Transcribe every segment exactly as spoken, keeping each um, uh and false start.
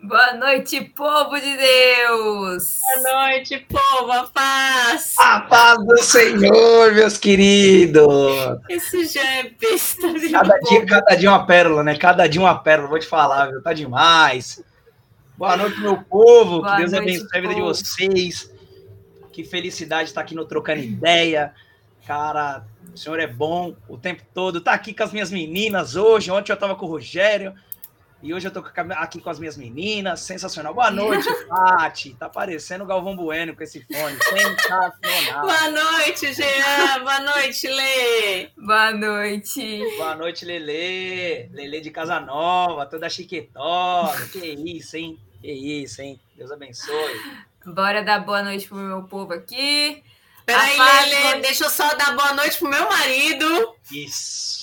Boa noite, povo de Deus! Boa noite, povo, a paz! A paz do Senhor, meus queridos! Esse já é besta. Cada dia, cada dia uma pérola, né? Cada dia uma pérola, vou te falar, viu? Tá demais. Boa noite, meu povo. Boa que Deus noite, abençoe a vida de povo. vocês. Que felicidade estar aqui no Trocando Ideia. Cara, o Senhor é bom o tempo todo. Tá aqui com as minhas meninas hoje. Ontem eu tava com o Rogério. E hoje eu tô aqui com as minhas meninas, sensacional. Boa noite, Paty. Tá parecendo o Galvão Bueno com esse fone. Sensacional. Boa noite, Jean. Boa noite, Lê. Boa noite. Boa noite, Lelê. Lelê de Casa Nova, toda chiquetosa. Que isso, hein? Que isso, hein? Deus abençoe. Bora dar boa noite pro meu povo aqui. Peraí, paz, Lelê, boa... deixa eu só dar boa noite pro meu marido. Isso.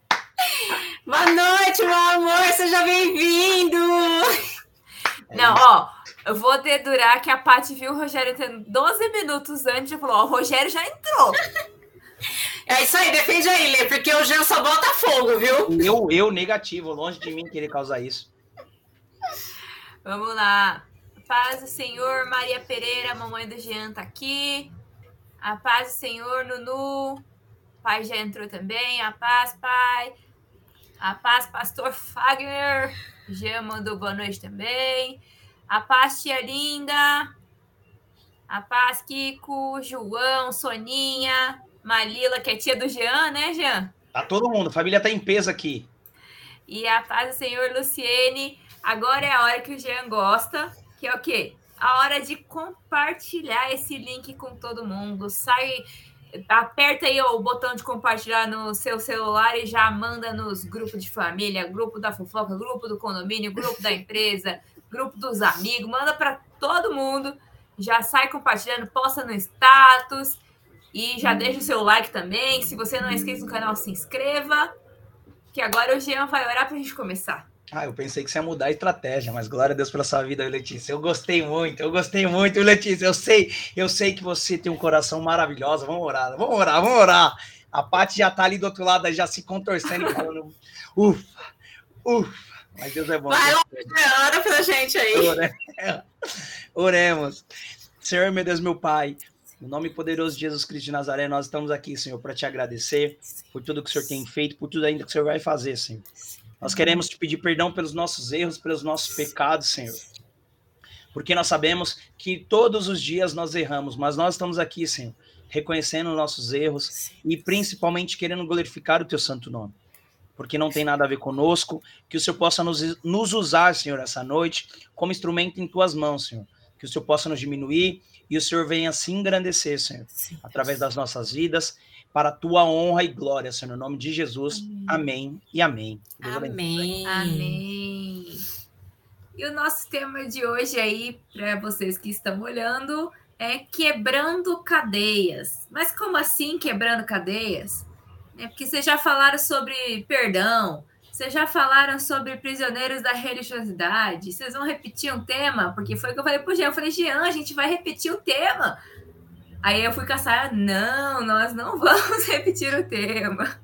Boa noite, meu amor, seja bem-vindo! Não, ó, eu vou dedurar que a Paty viu o Rogério entrando doze minutos antes e falou, ó, o Rogério já entrou. É isso aí, defende aí, Lê, porque o Jean só bota fogo, viu? Eu, eu negativo, longe de mim querer causar isso. Vamos lá. Paz do Senhor, Maria Pereira, mamãe do Jean tá aqui. A paz do Senhor, Nunu. Pai já entrou também. A paz, pai. A paz, pastor Fagner. Jean mandou boa noite também. A paz, tia linda. A paz, Kiko, João, Soninha, Malila, que é tia do Jean, né, Jean? Tá todo mundo, a família tá em peso aqui. E a paz do Senhor, Luciene. Agora é a hora que o Jean gosta, que é o quê? A hora de compartilhar esse link com todo mundo. Sai... Aperta aí ó, o botão de compartilhar no seu celular e já manda nos grupos de família, grupo da fofoca, grupo do condomínio, grupo da empresa, grupo dos amigos. Manda para todo mundo. Já sai compartilhando, posta no status e já deixa o seu like também. Se você não é inscrito no canal, se inscreva. Que agora o Jean vai orar para a gente começar. Ah, eu pensei que você ia mudar a estratégia, mas glória a Deus pela sua vida, Letícia. Eu gostei muito, eu gostei muito, Letícia. Eu sei, eu sei que você tem um coração maravilhoso. Vamos orar, vamos orar, vamos orar. A Paty já tá ali do outro lado, já se contorcendo e falando, ufa, ufa. Mas Deus é bom. Vai lá, ora pra gente aí. Oremos. Senhor, meu Deus, meu Pai, no nome poderoso de Jesus Cristo de Nazaré, nós estamos aqui, Senhor, para te agradecer por tudo que o Senhor tem feito, por tudo ainda que o Senhor vai fazer, Senhor. Nós queremos te pedir perdão pelos nossos erros, pelos nossos pecados, Senhor. Porque nós sabemos que todos os dias nós erramos, mas nós estamos aqui, Senhor, reconhecendo nossos erros e principalmente querendo glorificar o teu santo nome. Porque não tem nada a ver conosco, que o Senhor possa nos, nos usar, Senhor, essa noite, como instrumento em tuas mãos, Senhor. Que o Senhor possa nos diminuir e o Senhor venha se engrandecer, Senhor, Sim, através das nossas vidas, para a tua honra e glória, Senhor, no nome de Jesus. Amém, amém e amém. Deus amém. Amém. E o nosso tema de hoje aí, para vocês que estão olhando, é quebrando cadeias. Mas como assim quebrando cadeias? É porque vocês já falaram sobre perdão, vocês já falaram sobre prisioneiros da religiosidade, vocês vão repetir um tema? Porque foi o que eu falei pro Jean, eu falei, Jean, a gente vai repetir o tema. Aí eu fui caçar, não, nós não vamos repetir o tema.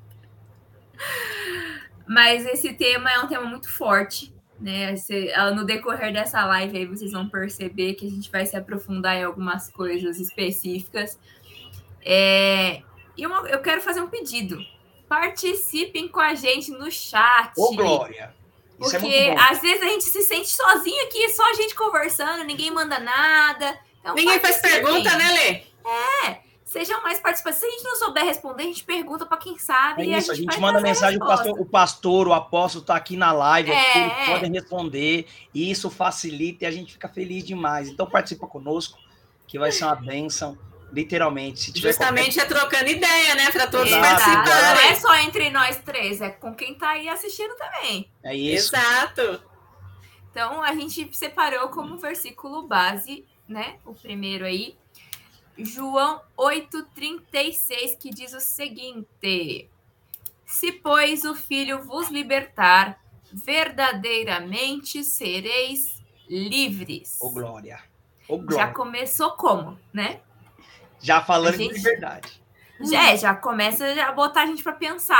Mas esse tema é um tema muito forte, né? No decorrer dessa live aí vocês vão perceber que a gente vai se aprofundar em algumas coisas específicas. É... E uma, eu quero fazer um pedido. Participem com a gente no chat. Ô, Glória! Isso porque é às vezes a gente se sente sozinho aqui, só a gente conversando, ninguém manda nada. Então, ninguém faz pergunta, né, Lê? É, sejam mais participantes. Se a gente não souber responder, a gente pergunta para quem sabe. É e isso, a gente, a gente manda mensagem, o pastor, o pastor, o apóstolo está aqui na live, é, eles é. podem responder, e isso facilita e a gente fica feliz demais. Então participa conosco, que vai ser uma bênção, literalmente. Se tiver Justamente qualquer... é trocando ideia, né, para todos Exato. participarem. Não é só entre nós três, é com quem está aí assistindo também. É isso. Exato. Então a gente separou como versículo base, né, o primeiro aí, João oito, trinta e seis, que diz o seguinte: se, pois, o Filho vos libertar, verdadeiramente sereis livres. Ô, Glória. Ô, Glória. Já começou como, né? Já falando gente, de liberdade. Já, é, já começa a botar a gente para pensar.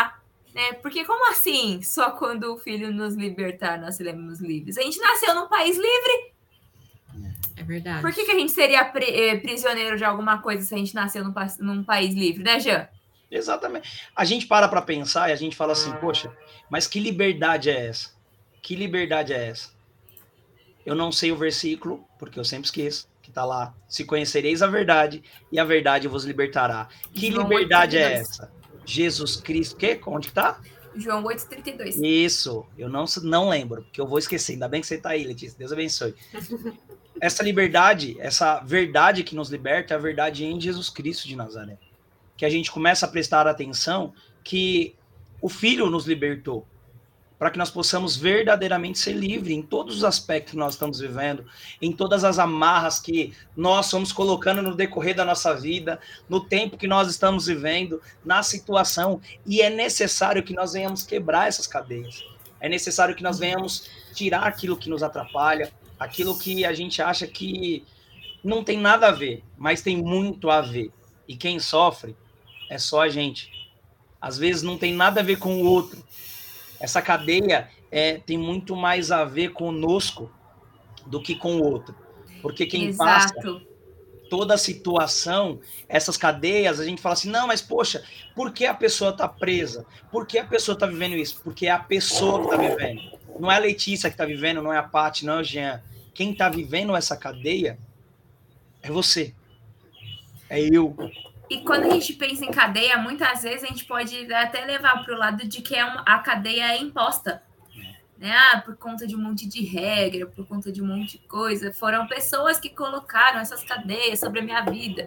Né? Porque como assim, só quando o Filho nos libertar, nós seremos livres? A gente nasceu num país livre. É verdade. Por que, que a gente seria pri prisioneiro de alguma coisa se a gente nasceu num, num país livre, né, Jean? Exatamente. A gente para para pensar e a gente fala assim, poxa, mas que liberdade é essa? Que liberdade é essa? Eu não sei o versículo, porque eu sempre esqueço, que tá lá. Se conhecereis a verdade, e a verdade vos libertará. Que João liberdade oito, é essa? Jesus Cristo, que? Onde que tá? João oito, trinta e dois. Isso, eu não, não lembro, porque eu vou esquecer. Ainda bem que você tá aí, Letícia. Deus abençoe. Essa liberdade, essa verdade que nos liberta é a verdade em Jesus Cristo de Nazaré. Que a gente começa a prestar atenção que o Filho nos libertou, para que nós possamos verdadeiramente ser livres em todos os aspectos que nós estamos vivendo, em todas as amarras que nós estamos colocando no decorrer da nossa vida, no tempo que nós estamos vivendo, na situação, e é necessário que nós venhamos quebrar essas cadeias, é necessário que nós venhamos tirar aquilo que nos atrapalha, aquilo que a gente acha que não tem nada a ver, mas tem muito a ver, e quem sofre é só a gente, às vezes não tem nada a ver com o outro. Essa cadeia é, tem muito mais a ver conosco do que com o outro. Porque quem Exato. passa toda a situação, essas cadeias, a gente fala assim, não, mas poxa, por que a pessoa está presa? Por que a pessoa está vivendo isso? Porque é a pessoa que está vivendo. Não é a Letícia que está vivendo, não é a Paty, não é o Jean. Quem está vivendo essa cadeia é você. É eu. E quando a gente pensa em cadeia, muitas vezes a gente pode até levar para o lado de que é uma, a cadeia é imposta. Né? Ah, por conta de um monte de regra, por conta de um monte de coisa. Foram pessoas que colocaram essas cadeias sobre a minha vida.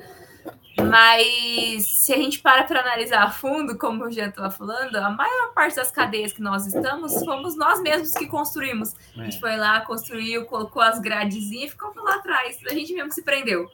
Mas se a gente para para analisar a fundo, como o Jean estava falando, a maior parte das cadeias que nós estamos, fomos nós mesmos que construímos. É. A gente foi lá, construiu, colocou as gradezinhas e ficou lá atrás. A gente mesmo se prendeu.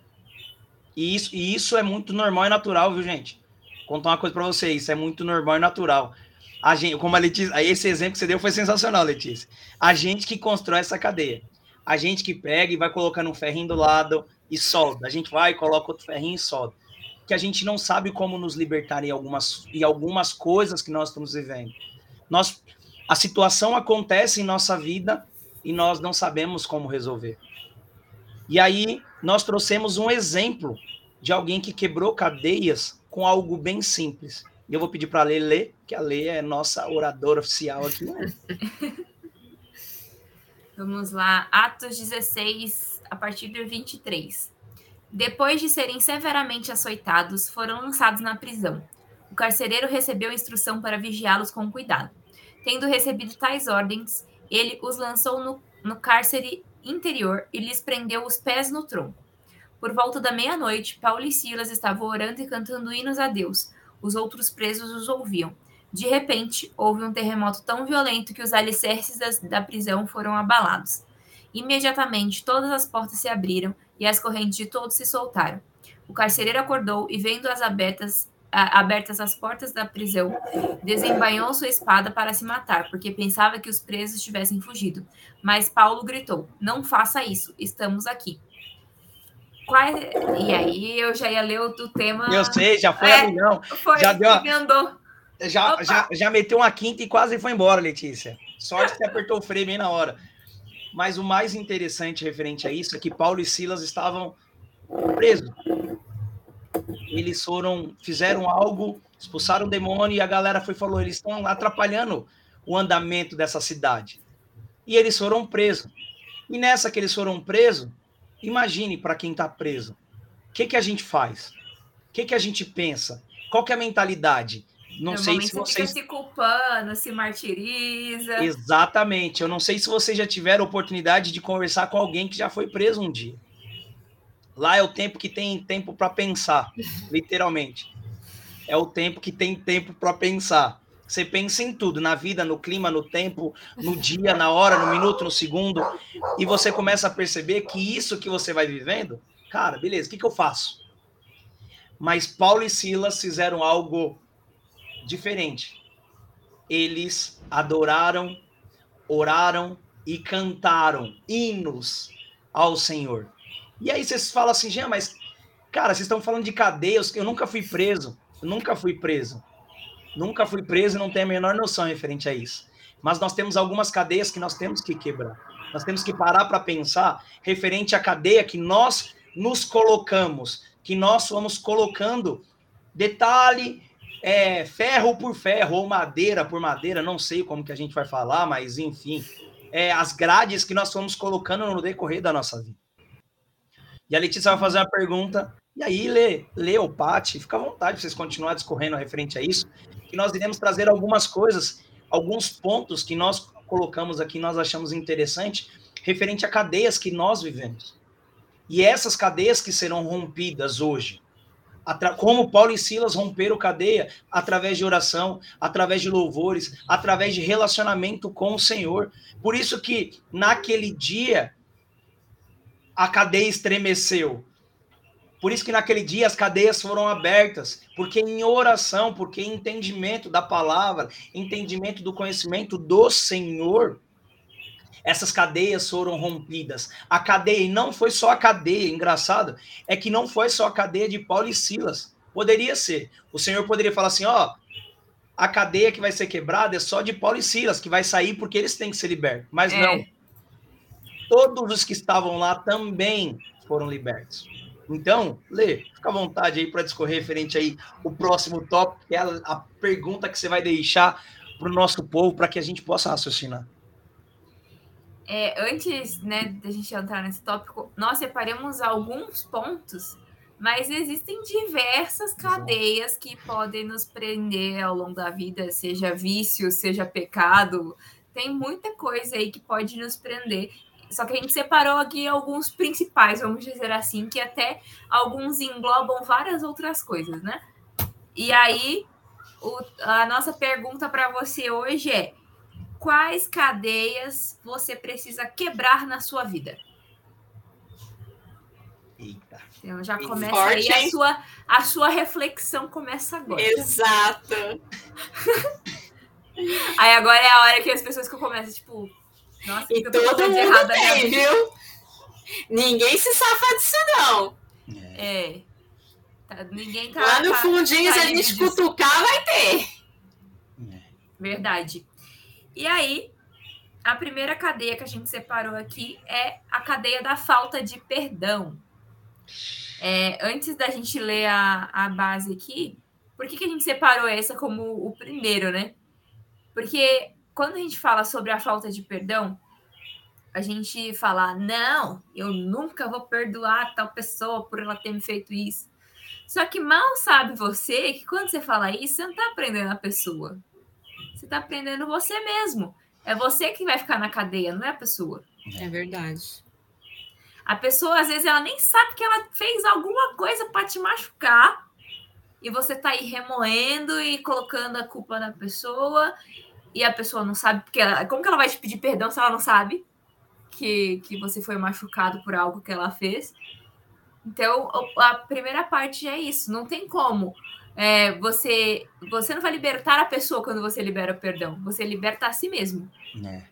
E isso, e isso é muito normal e natural, viu, gente? Vou contar uma coisa para vocês, isso é muito normal e natural. A gente, como a Letícia, esse exemplo que você deu foi sensacional, Letícia. A gente que constrói essa cadeia. A gente que pega e vai colocando um ferrinho do lado e solda. A gente vai e coloca outro ferrinho e solda. Que a gente não sabe como nos libertar em algumas, em algumas coisas que nós estamos vivendo. Nós, a situação acontece em nossa vida e nós não sabemos como resolver. E aí, nós trouxemos um exemplo de alguém que quebrou cadeias com algo bem simples. E eu vou pedir para a Lê ler, que a Lê é nossa oradora oficial aqui. Né? Vamos lá, Atos dezesseis, a partir do vinte e três. Depois de serem severamente açoitados, foram lançados na prisão. O carcereiro recebeu instrução para vigiá-los com cuidado. Tendo recebido tais ordens, ele os lançou no, no cárcere interior e lhes prendeu os pés no tronco. Por volta da meia-noite, Paulo e Silas estavam orando e cantando hinos a Deus. Os outros presos os ouviam. De repente, houve um terremoto tão violento que os alicerces das, da prisão foram abalados. Imediatamente, todas as portas se abriram e as correntes de todos se soltaram. O carcereiro acordou e, vendo as abertas, a, abertas as portas da prisão, desembainhou sua espada para se matar, porque pensava que os presos tivessem fugido. Mas Paulo gritou, não faça isso, estamos aqui. Qual é... E aí eu já ia ler o, o tema... Eu sei, já foi é, a milhão. Foi, já deu a... andou. Já, já, já meteu uma quinta e quase foi embora, Letícia. Sorte que você apertou o freio bem na hora. Mas o mais interessante referente a isso é que Paulo e Silas estavam presos. Eles foram, fizeram algo, expulsaram o demônio e a galera foi falou, eles estão atrapalhando o andamento dessa cidade. E eles foram presos. E nessa que eles foram presos, imagine para quem está preso. O que, que a gente faz? O que, que a gente pensa? Qual que é a mentalidade? Não sei se você vocês... fica se culpando, se martiriza. Exatamente. Eu não sei se vocês já tiveram oportunidade de conversar com alguém que já foi preso um dia. Lá é o tempo que tem tempo para pensar, literalmente. É o tempo que tem tempo para pensar. Você pensa em tudo, na vida, no clima, no tempo, no dia, na hora, no minuto, no segundo. E você começa a perceber que isso que você vai vivendo, cara, beleza, o que, que eu faço? Mas Paulo e Silas fizeram algo diferente. Eles adoraram, oraram e cantaram hinos ao Senhor. E aí vocês falam assim, Jean, mas, cara, vocês estão falando de cadeias, eu nunca fui preso, eu nunca fui preso. Nunca fui preso e não tenho a menor noção referente a isso. Mas nós temos algumas cadeias que nós temos que quebrar. Nós temos que parar para pensar referente à cadeia que nós nos colocamos, que nós fomos colocando, detalhe, é, ferro por ferro, ou madeira por madeira, não sei como que a gente vai falar, mas enfim, é, as grades que nós fomos colocando no decorrer da nossa vida. E a Letícia vai fazer uma pergunta, e aí, Lê, Lê ou Paty, fica à vontade para vocês continuarem discorrendo referente a isso, que nós iremos trazer algumas coisas, alguns pontos que nós colocamos aqui, nós achamos interessante, referente a cadeias que nós vivemos. E essas cadeias que serão rompidas hoje, como Paulo e Silas romperam cadeia através de oração, através de louvores, através de relacionamento com o Senhor. Por isso que naquele dia a cadeia estremeceu. Por isso que naquele dia as cadeias foram abertas, porque em oração, porque em entendimento da palavra, entendimento do conhecimento do Senhor, essas cadeias foram rompidas. A cadeia, e não foi só a cadeia, engraçado, é que não foi só a cadeia de Paulo e Silas. Poderia ser. O Senhor poderia falar assim, ó, a cadeia que vai ser quebrada é só de Paulo e Silas, que vai sair porque eles têm que ser libertos. Mas é. não. Todos os que estavam lá também foram libertos. Então, Lê, fica à vontade aí para discorrer referente aí o próximo tópico, que é a, a pergunta que você vai deixar para o nosso povo, para que a gente possa raciocinar. É, antes, né, da gente entrar nesse tópico, nós separamos alguns pontos, mas existem diversas cadeias que podem nos prender ao longo da vida, seja vício, seja pecado, tem muita coisa aí que pode nos prender. Só que a gente separou aqui alguns principais, vamos dizer assim, que até alguns englobam várias outras coisas, né? E aí, o, a nossa pergunta para você hoje é: quais cadeias você precisa quebrar na sua vida? Eita. Então já Bem começa forte, aí a sua, a sua reflexão começa agora. Exato. Aí agora é a hora que as pessoas que começam, tipo, nossa, e que eu tô todo fazendo de mundo errado na minha tem, vida. viu? Ninguém se safa disso, não. É. Tá, ninguém tá. Lá no tá, fundinho, tá se a livre gente disso. cutucar, vai ter. Verdade. E aí, a primeira cadeia que a gente separou aqui é a cadeia da falta de perdão. É, antes da gente ler a, a base aqui, por que, que a gente separou essa como o primeiro, né? Porque quando a gente fala sobre a falta de perdão, a gente fala, não, eu nunca vou perdoar tal pessoa por ela ter me feito isso. Só que mal sabe você que quando você fala isso, você não tá aprendendo a pessoa. Você tá aprendendo você mesmo. É você que vai ficar na cadeia, não é a pessoa. É verdade. A pessoa, às vezes, ela nem sabe que ela fez alguma coisa para te machucar e você tá aí remoendo e colocando a culpa na pessoa e a pessoa não sabe, porque ela, como que ela vai te pedir perdão se ela não sabe que, que você foi machucado por algo que ela fez? Então, a primeira parte é isso, não tem como. É, você, você não vai libertar a pessoa quando você libera o perdão, você liberta a si mesmo. É.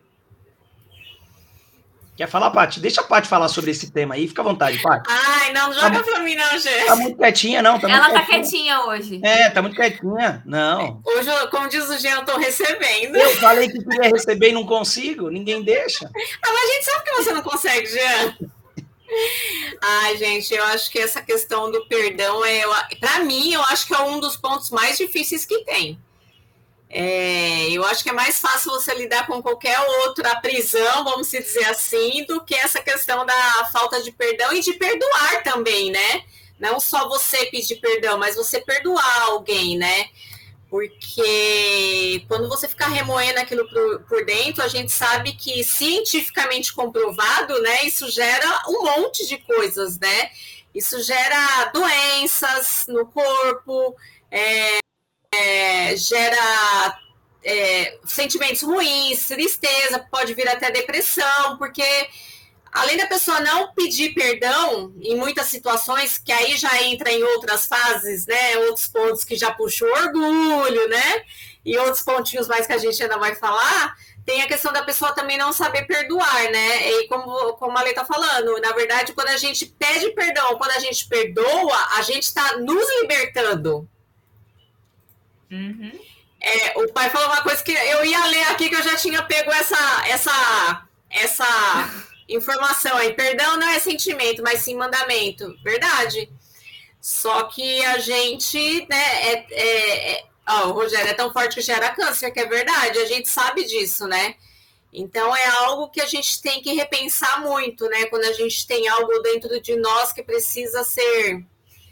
Quer falar, Paty? Deixa a Paty falar sobre esse tema aí, fica à vontade, Paty. Ai, não joga tá, pra mim não, gente. Tá muito quietinha, não. Tá muito Ela tá quietinha. quietinha hoje. É, tá muito quietinha. Não. Hoje, como diz o Jean, eu tô recebendo. Eu falei que queria receber e não consigo, ninguém deixa. Ah, mas a gente sabe que você não consegue, Jean. Ai, gente, eu acho que essa questão do perdão, é, para mim, eu acho que é um dos pontos mais difíceis que tem. É, eu acho que é mais fácil você lidar com qualquer outra prisão, vamos dizer assim, do que essa questão da falta de perdão e de perdoar também, né? Não só você pedir perdão, mas você perdoar alguém, né? Porque quando você ficar remoendo aquilo por, por dentro, a gente sabe que cientificamente comprovado, né? Isso gera um monte de coisas, né? Isso gera doenças no corpo, é, é, gera é, sentimentos ruins, tristeza, pode vir até depressão, porque além da pessoa não pedir perdão em muitas situações, que aí já entra em outras fases, né, outros pontos que já puxam orgulho, né, e outros pontinhos mais que a gente ainda vai falar, tem a questão da pessoa também não saber perdoar, né, e como, como a Lê tá falando, na verdade, quando a gente pede perdão, quando a gente perdoa, a gente está nos libertando. Uhum. É, o pai falou uma coisa que eu ia ler aqui, que eu já tinha pego essa, essa, essa informação aí. Perdão não é sentimento, mas sim mandamento. Verdade. Só que a gente, né, é, é, é, ó, o Rogério é tão forte que gera câncer, que é verdade, a gente sabe disso, né? Então é algo que a gente tem que repensar muito, né? Quando a gente tem algo dentro de nós que precisa ser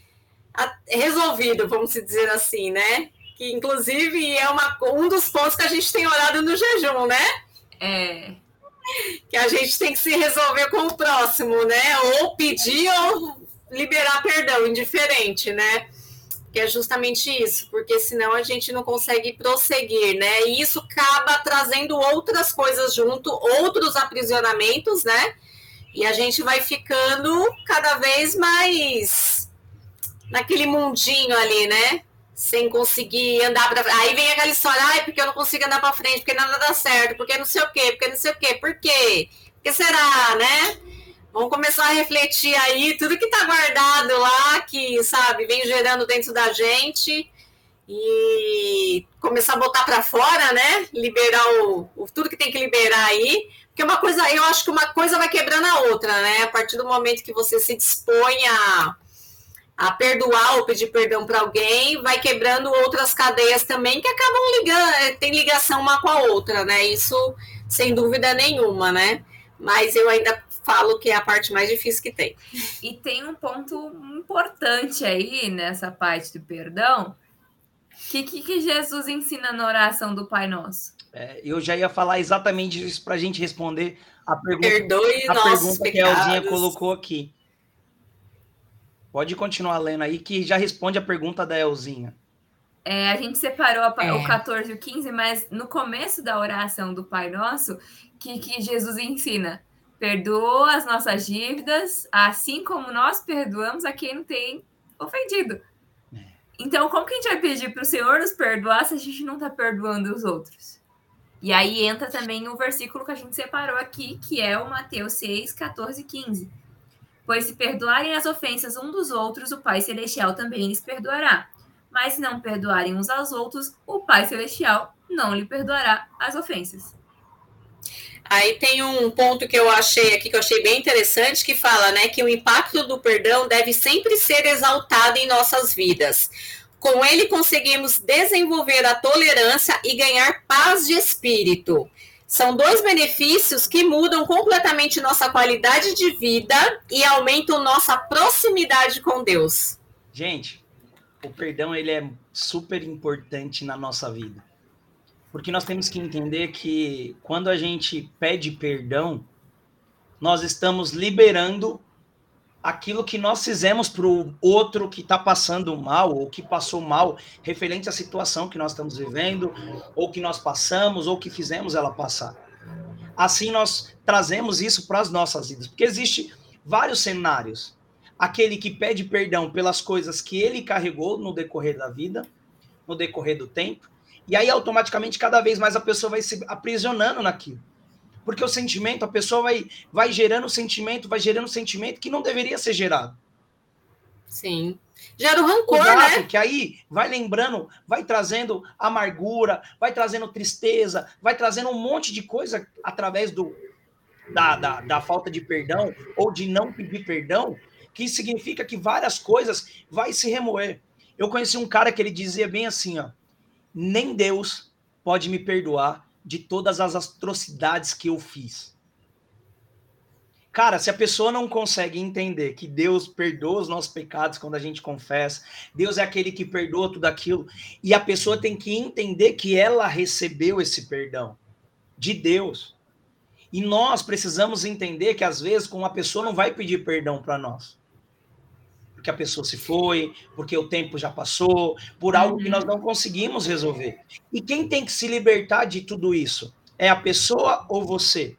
resolvido, vamos dizer assim, né? Que inclusive é uma, um dos pontos que a gente tem orado no jejum, né? É. Que a gente tem que se resolver com o próximo, né? Ou pedir ou liberar perdão, indiferente, né? Que é justamente isso, porque senão a gente não consegue prosseguir, né? E isso acaba trazendo outras coisas junto, outros aprisionamentos, né? E a gente vai ficando cada vez mais naquele mundinho ali, né? Sem conseguir andar pra frente. Aí vem aquela história, ai, porque eu não consigo andar pra frente, porque nada dá certo, porque não sei o quê, porque não sei o quê, por quê? Por que será, né? Vamos começar a refletir aí tudo que tá guardado lá, que, sabe, vem gerando dentro da gente e começar a botar para fora, né? Liberar o, o, tudo que tem que liberar aí. Porque uma coisa, eu acho que uma coisa vai quebrando a outra, né? A partir do momento que você se dispõe a, a perdoar ou pedir perdão para alguém, vai quebrando outras cadeias também que acabam ligando, tem ligação uma com a outra, né? Isso sem dúvida nenhuma, né? Mas eu ainda falo que é a parte mais difícil que tem. E tem um ponto importante aí nessa parte do perdão. O que, que, que Jesus ensina na oração do Pai Nosso? É, eu já ia falar exatamente isso para a gente responder a pergunta, Perdoe a nossos pergunta que a Elzinha pecados. colocou aqui. Pode continuar lendo aí, que já responde a pergunta da Elzinha. É, a gente separou a, É. o catorze e o quinze, mas no começo da oração do Pai Nosso, que, que Jesus ensina: perdoa as nossas dívidas, assim como nós perdoamos a quem não tem ofendido. É. Então, como que a gente vai pedir para o Senhor nos perdoar se a gente não está perdoando os outros? E aí entra também o versículo que a gente separou aqui, que é o Mateus seis, catorze e quinze. Pois se perdoarem as ofensas um dos outros, o Pai Celestial também lhes perdoará. Mas se não perdoarem uns aos outros, o Pai Celestial não lhe perdoará as ofensas. Aí tem um ponto que eu achei aqui, que eu achei bem interessante, que fala, né, que o impacto do perdão deve sempre ser exaltado em nossas vidas. Com ele conseguimos desenvolver a tolerância e ganhar paz de espírito. São dois benefícios que mudam completamente nossa qualidade de vida e aumentam nossa proximidade com Deus. Gente, o perdão ele é super importante na nossa vida. Porque nós temos que entender que quando a gente pede perdão, nós estamos liberando aquilo que nós fizemos para o outro que está passando mal, ou que passou mal, referente à situação que nós estamos vivendo, ou que nós passamos, ou que fizemos ela passar. Assim nós trazemos isso para as nossas vidas, porque existe vários cenários. Aquele que pede perdão pelas coisas que ele carregou no decorrer da vida, no decorrer do tempo, e aí automaticamente cada vez mais a pessoa vai se aprisionando naquilo. Porque o sentimento, a pessoa vai, vai gerando sentimento, vai gerando sentimento que não deveria ser gerado. Sim. Gera o rancor, Exato, né? Que aí vai lembrando, vai trazendo amargura, vai trazendo tristeza, vai trazendo um monte de coisa através do, da, da, da falta de perdão ou de não pedir perdão, que significa que várias coisas vai se remoer. Eu conheci um cara que ele dizia bem assim, ó, nem Deus pode me perdoar de todas as atrocidades que eu fiz. Cara, se a pessoa não consegue entender que Deus perdoa os nossos pecados quando a gente confessa, Deus é aquele que perdoa tudo aquilo, e a pessoa tem que entender que ela recebeu esse perdão de Deus. E nós precisamos entender que às vezes uma pessoa não vai pedir perdão para nós. Porque a pessoa se foi, porque o tempo já passou, por algo que nós não conseguimos resolver. E quem tem que se libertar de tudo isso? É a pessoa ou você?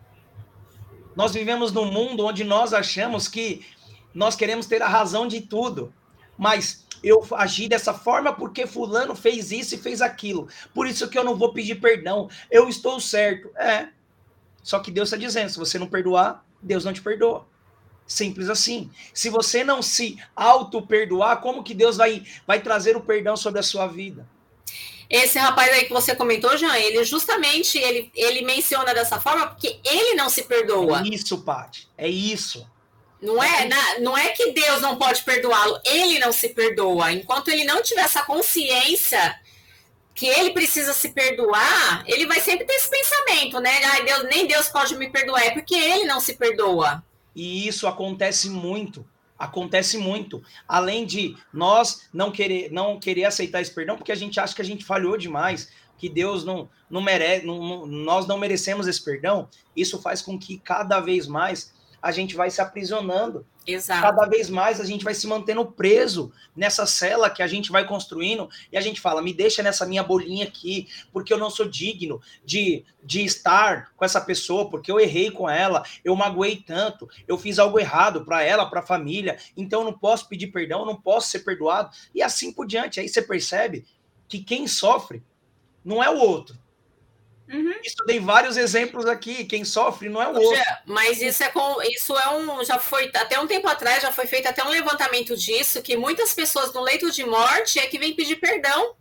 Nós vivemos num mundo onde nós achamos que nós queremos ter a razão de tudo. Mas eu agi dessa forma porque fulano fez isso e fez aquilo. Por isso que eu não vou pedir perdão. Eu estou certo. É. Só que Deus está dizendo, se você não perdoar, Deus não te perdoa. Simples assim. Se você não se auto-perdoar, como que Deus vai, vai trazer o perdão sobre a sua vida? Esse rapaz aí que você comentou, Jean, ele justamente ele, ele menciona dessa forma porque ele não se perdoa. É isso, Paty. É isso. Não é, não é que Deus não pode perdoá-lo, ele não se perdoa. Enquanto ele não tiver essa consciência que ele precisa se perdoar, ele vai sempre ter esse pensamento, né? Ai, Deus, nem Deus pode me perdoar, é porque ele não se perdoa. E isso acontece muito. Acontece muito. Além de nós não querer, não querer aceitar esse perdão, porque a gente acha que a gente falhou demais, que Deus não, não merece, não, não, nós não merecemos esse perdão, isso faz com que cada vez mais a gente vai se aprisionando. Exato. Cada vez mais a gente vai se mantendo preso nessa cela que a gente vai construindo e a gente fala, me deixa nessa minha bolinha aqui, porque eu não sou digno de, de estar com essa pessoa, porque eu errei com ela, eu magoei tanto, eu fiz algo errado para ela, para a família, então eu não posso pedir perdão, eu não posso ser perdoado, e assim por diante. Aí você percebe que quem sofre não é o outro. Uhum. Estudei vários exemplos aqui. Quem sofre não é o outro. Mas isso é com isso é um já foi até um tempo atrás já foi feito até um levantamento disso, que muitas pessoas no leito de morte é que vêm pedir perdão.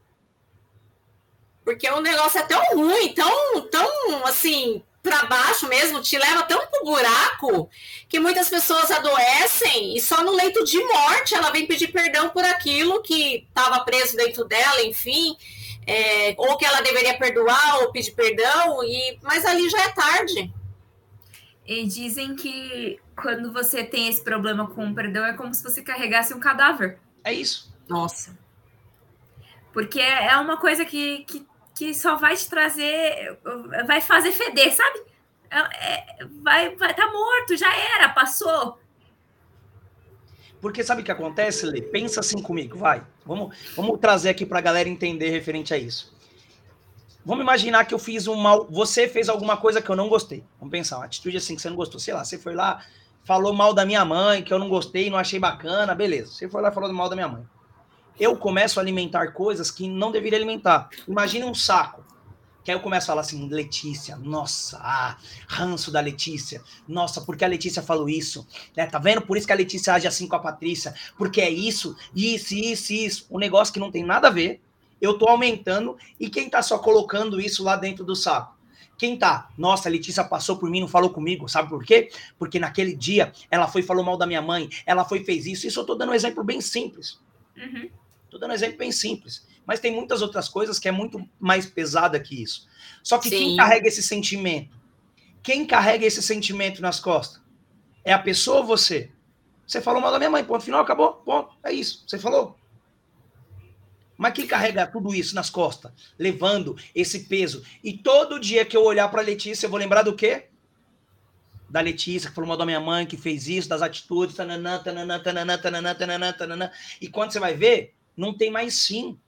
Porque o negócio é tão ruim, tão, tão assim, para baixo mesmo, te leva tão pro buraco que muitas pessoas adoecem e só no leito de morte ela vem pedir perdão por aquilo que estava preso dentro dela, enfim. É, ou que ela deveria perdoar ou pedir perdão, e, mas ali já é tarde. E dizem que quando você tem esse problema com o perdão é como se você carregasse um cadáver. É isso. Nossa. Porque é uma coisa que, que, que só vai te trazer, vai fazer feder, sabe? É, é, vai, vai tá morto, já era, passou. Porque sabe o que acontece, Lê? Pensa assim comigo, vai. Vamos, vamos trazer aqui pra galera entender referente a isso. Vamos imaginar que eu fiz um mal... Você fez alguma coisa que eu não gostei. Vamos pensar, uma atitude assim que você não gostou. Sei lá, você foi lá, falou mal da minha mãe, que eu não gostei, não achei bacana, beleza. Você foi lá e falou mal da minha mãe. Eu começo a alimentar coisas que não deveria alimentar. Imagina um saco. Que aí eu começo a falar assim, Letícia, nossa, ah, ranço da Letícia, nossa, porque a Letícia falou isso, né? Tá vendo? Por isso que a Letícia age assim com a Patrícia, porque é isso, isso, isso, isso, um negócio que não tem nada a ver, eu tô aumentando, e quem tá só colocando isso lá dentro do saco? Quem tá? Nossa, a Letícia passou por mim, não falou comigo, sabe por quê? Porque naquele dia, ela foi e falou mal da minha mãe, ela foi e fez isso, isso eu tô dando um exemplo bem simples. Uhum. Tô dando um exemplo bem simples. Mas tem muitas outras coisas que é muito mais pesada que isso. Só que Sim. quem carrega esse sentimento? Quem carrega esse sentimento nas costas? É a pessoa ou você? Você falou mal da minha mãe, ponto final, acabou, ponto. É isso, você falou. Mas quem carrega tudo isso nas costas? Levando esse peso. E todo dia que eu olhar para a Letícia, eu vou lembrar do quê? Da Letícia, que falou mal da minha mãe, que fez isso, das atitudes, tananã, tananã, tananã, tananã, tananã, tananã. E quando você vai ver, não tem mais fim.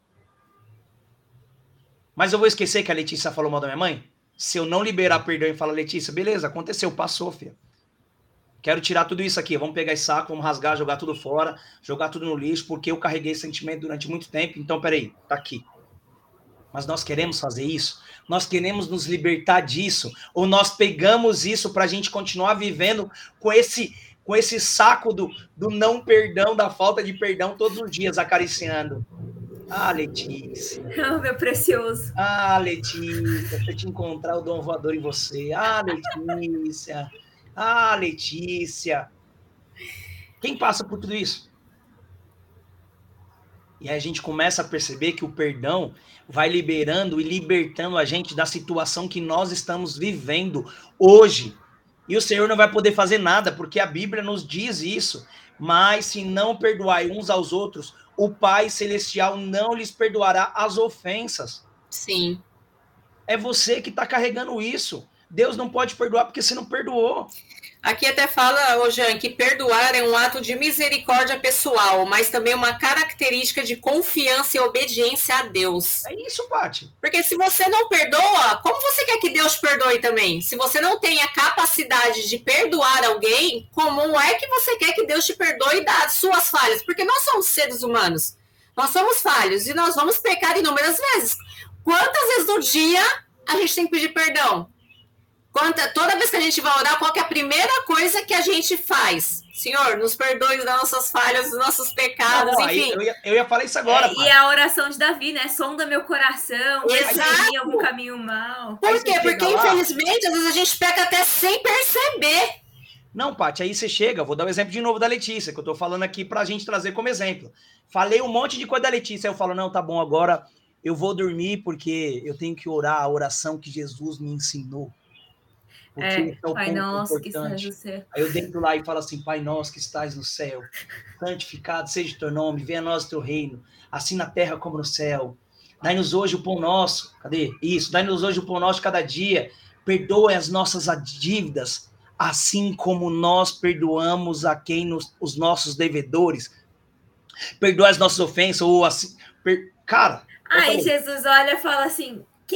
Mas eu vou esquecer que a Letícia falou mal da minha mãe? Se eu não liberar perdão e falar, Letícia, beleza, aconteceu, passou, filha. Quero tirar tudo isso aqui, vamos pegar esse saco, vamos rasgar, jogar tudo fora, jogar tudo no lixo, porque eu carreguei esse sentimento durante muito tempo, então peraí, tá aqui. Mas nós queremos fazer isso? Nós queremos nos libertar disso? Ou nós pegamos isso pra gente continuar vivendo com esse, com esse saco do, do não perdão, da falta de perdão todos os dias acariciando? Ah, Letícia. Oh, meu precioso. Ah, Letícia, deixa eu te encontrar o dom voador em você. Ah, Letícia. Ah, Letícia. Quem passa por tudo isso? E aí a gente começa a perceber que o perdão vai liberando e libertando a gente da situação que nós estamos vivendo hoje. E o Senhor não vai poder fazer nada, porque a Bíblia nos diz isso. Mas se não perdoai uns aos outros, o Pai Celestial não lhes perdoará as ofensas. Sim. É você que está carregando isso. Deus não pode perdoar porque você não perdoou. Aqui até fala, ô Jean, que perdoar é um ato de misericórdia pessoal, mas também uma característica de confiança e obediência a Deus. É isso, Paty. Porque se você não perdoa, como você quer que Deus perdoe também? Se você não tem a capacidade de perdoar alguém, como é que você quer que Deus te perdoe das suas falhas? Porque nós somos seres humanos, nós somos falhos e nós vamos pecar inúmeras vezes. Quantas vezes no dia a gente tem que pedir perdão? Quanta, toda vez que a gente vai orar, qual que é a primeira coisa que a gente faz? Senhor, nos perdoe das nossas falhas, dos nossos pecados, não, enfim. Eu ia, eu ia falar isso agora. É, e a oração de Davi, né? Sonda meu coração, Exato. em algum caminho mal. Por quê? Porque, lá, infelizmente, às vezes a gente peca até sem perceber. Não, Paty, aí você chega, vou dar o um exemplo de novo da Letícia, que eu tô falando aqui pra gente trazer como exemplo. Falei um monte de coisa da Letícia, aí eu falo, não, tá bom, agora eu vou dormir porque eu tenho que orar a oração que Jesus me ensinou. Porque é, esse é o Pai ponto nosso importante. Que estás no céu. Aí eu dentro lá e falo assim, Pai nosso que estás no céu, santificado seja o teu nome, venha a nós o teu reino, assim na terra como no céu. Dai-nos hoje o pão nosso, cadê? Isso, dai-nos hoje o pão nosso cada dia, perdoe as nossas dívidas, assim como nós perdoamos a quem nos, os nossos devedores. Perdoe as nossas ofensas, ou assim, per... cara... Aí Jesus olha e fala assim, quê?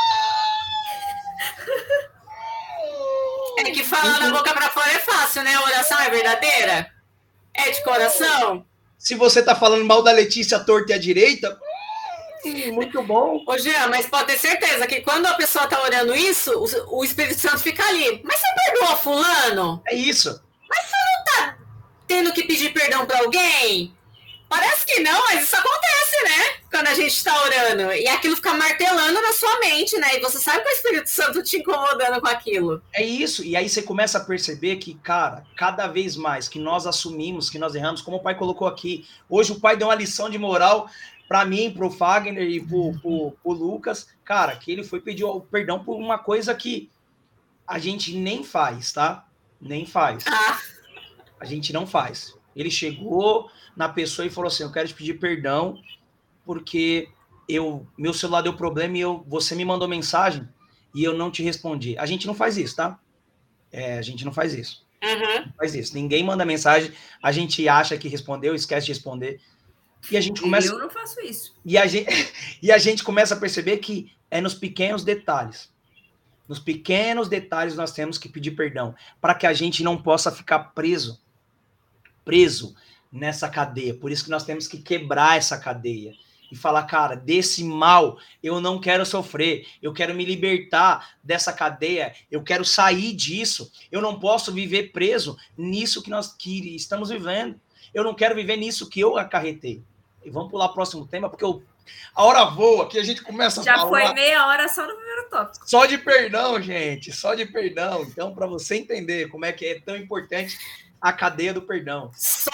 É que falar da boca pra fora é fácil, né? A oração é verdadeira? É de coração? Se você tá falando mal da Letícia torta e à direita, hum, muito bom. Ô, Jean, mas pode ter certeza que quando a pessoa tá orando isso, o, o Espírito Santo fica ali. Mas você perdoa fulano? É isso. Mas você não tá tendo que pedir perdão pra alguém? Parece que não, mas isso acontece, né? Quando a gente tá orando. E aquilo fica martelando na sua mente, né? E você sabe que o Espírito Santo te incomodando com aquilo. É isso. E aí você começa a perceber que, cara, cada vez mais que nós assumimos, que nós erramos, como o pai colocou aqui, hoje o pai deu uma lição de moral para mim, pro Fagner e pro, pro, pro Lucas, cara, que ele foi pedir perdão por uma coisa que a gente nem faz, tá? Nem faz. Ah. A gente não faz. Ele chegou na pessoa e falou assim, eu quero te pedir perdão porque eu, meu celular deu problema e eu, você me mandou mensagem e eu não te respondi. A gente não faz isso, tá? É, a gente não faz isso. Uhum. Não faz isso. Ninguém manda mensagem, a gente acha que respondeu, esquece de responder. E a gente começa... Eu não faço isso. E a gente, e a gente começa a perceber que é nos pequenos detalhes. Nos pequenos detalhes nós temos que pedir perdão para que a gente não possa ficar preso preso nessa cadeia. Por isso que nós temos que quebrar essa cadeia e falar, cara, desse mal eu não quero sofrer, eu quero me libertar dessa cadeia, eu quero sair disso, eu não posso viver preso nisso que nós que estamos vivendo, eu não quero viver nisso que eu acarretei. E vamos pular o próximo tema, porque eu, a hora voa, que a gente começa a Já falar... foi meia hora só no primeiro tópico. Só de perdão, gente, só de perdão. Então, para você entender como é que é tão importante a cadeia do perdão.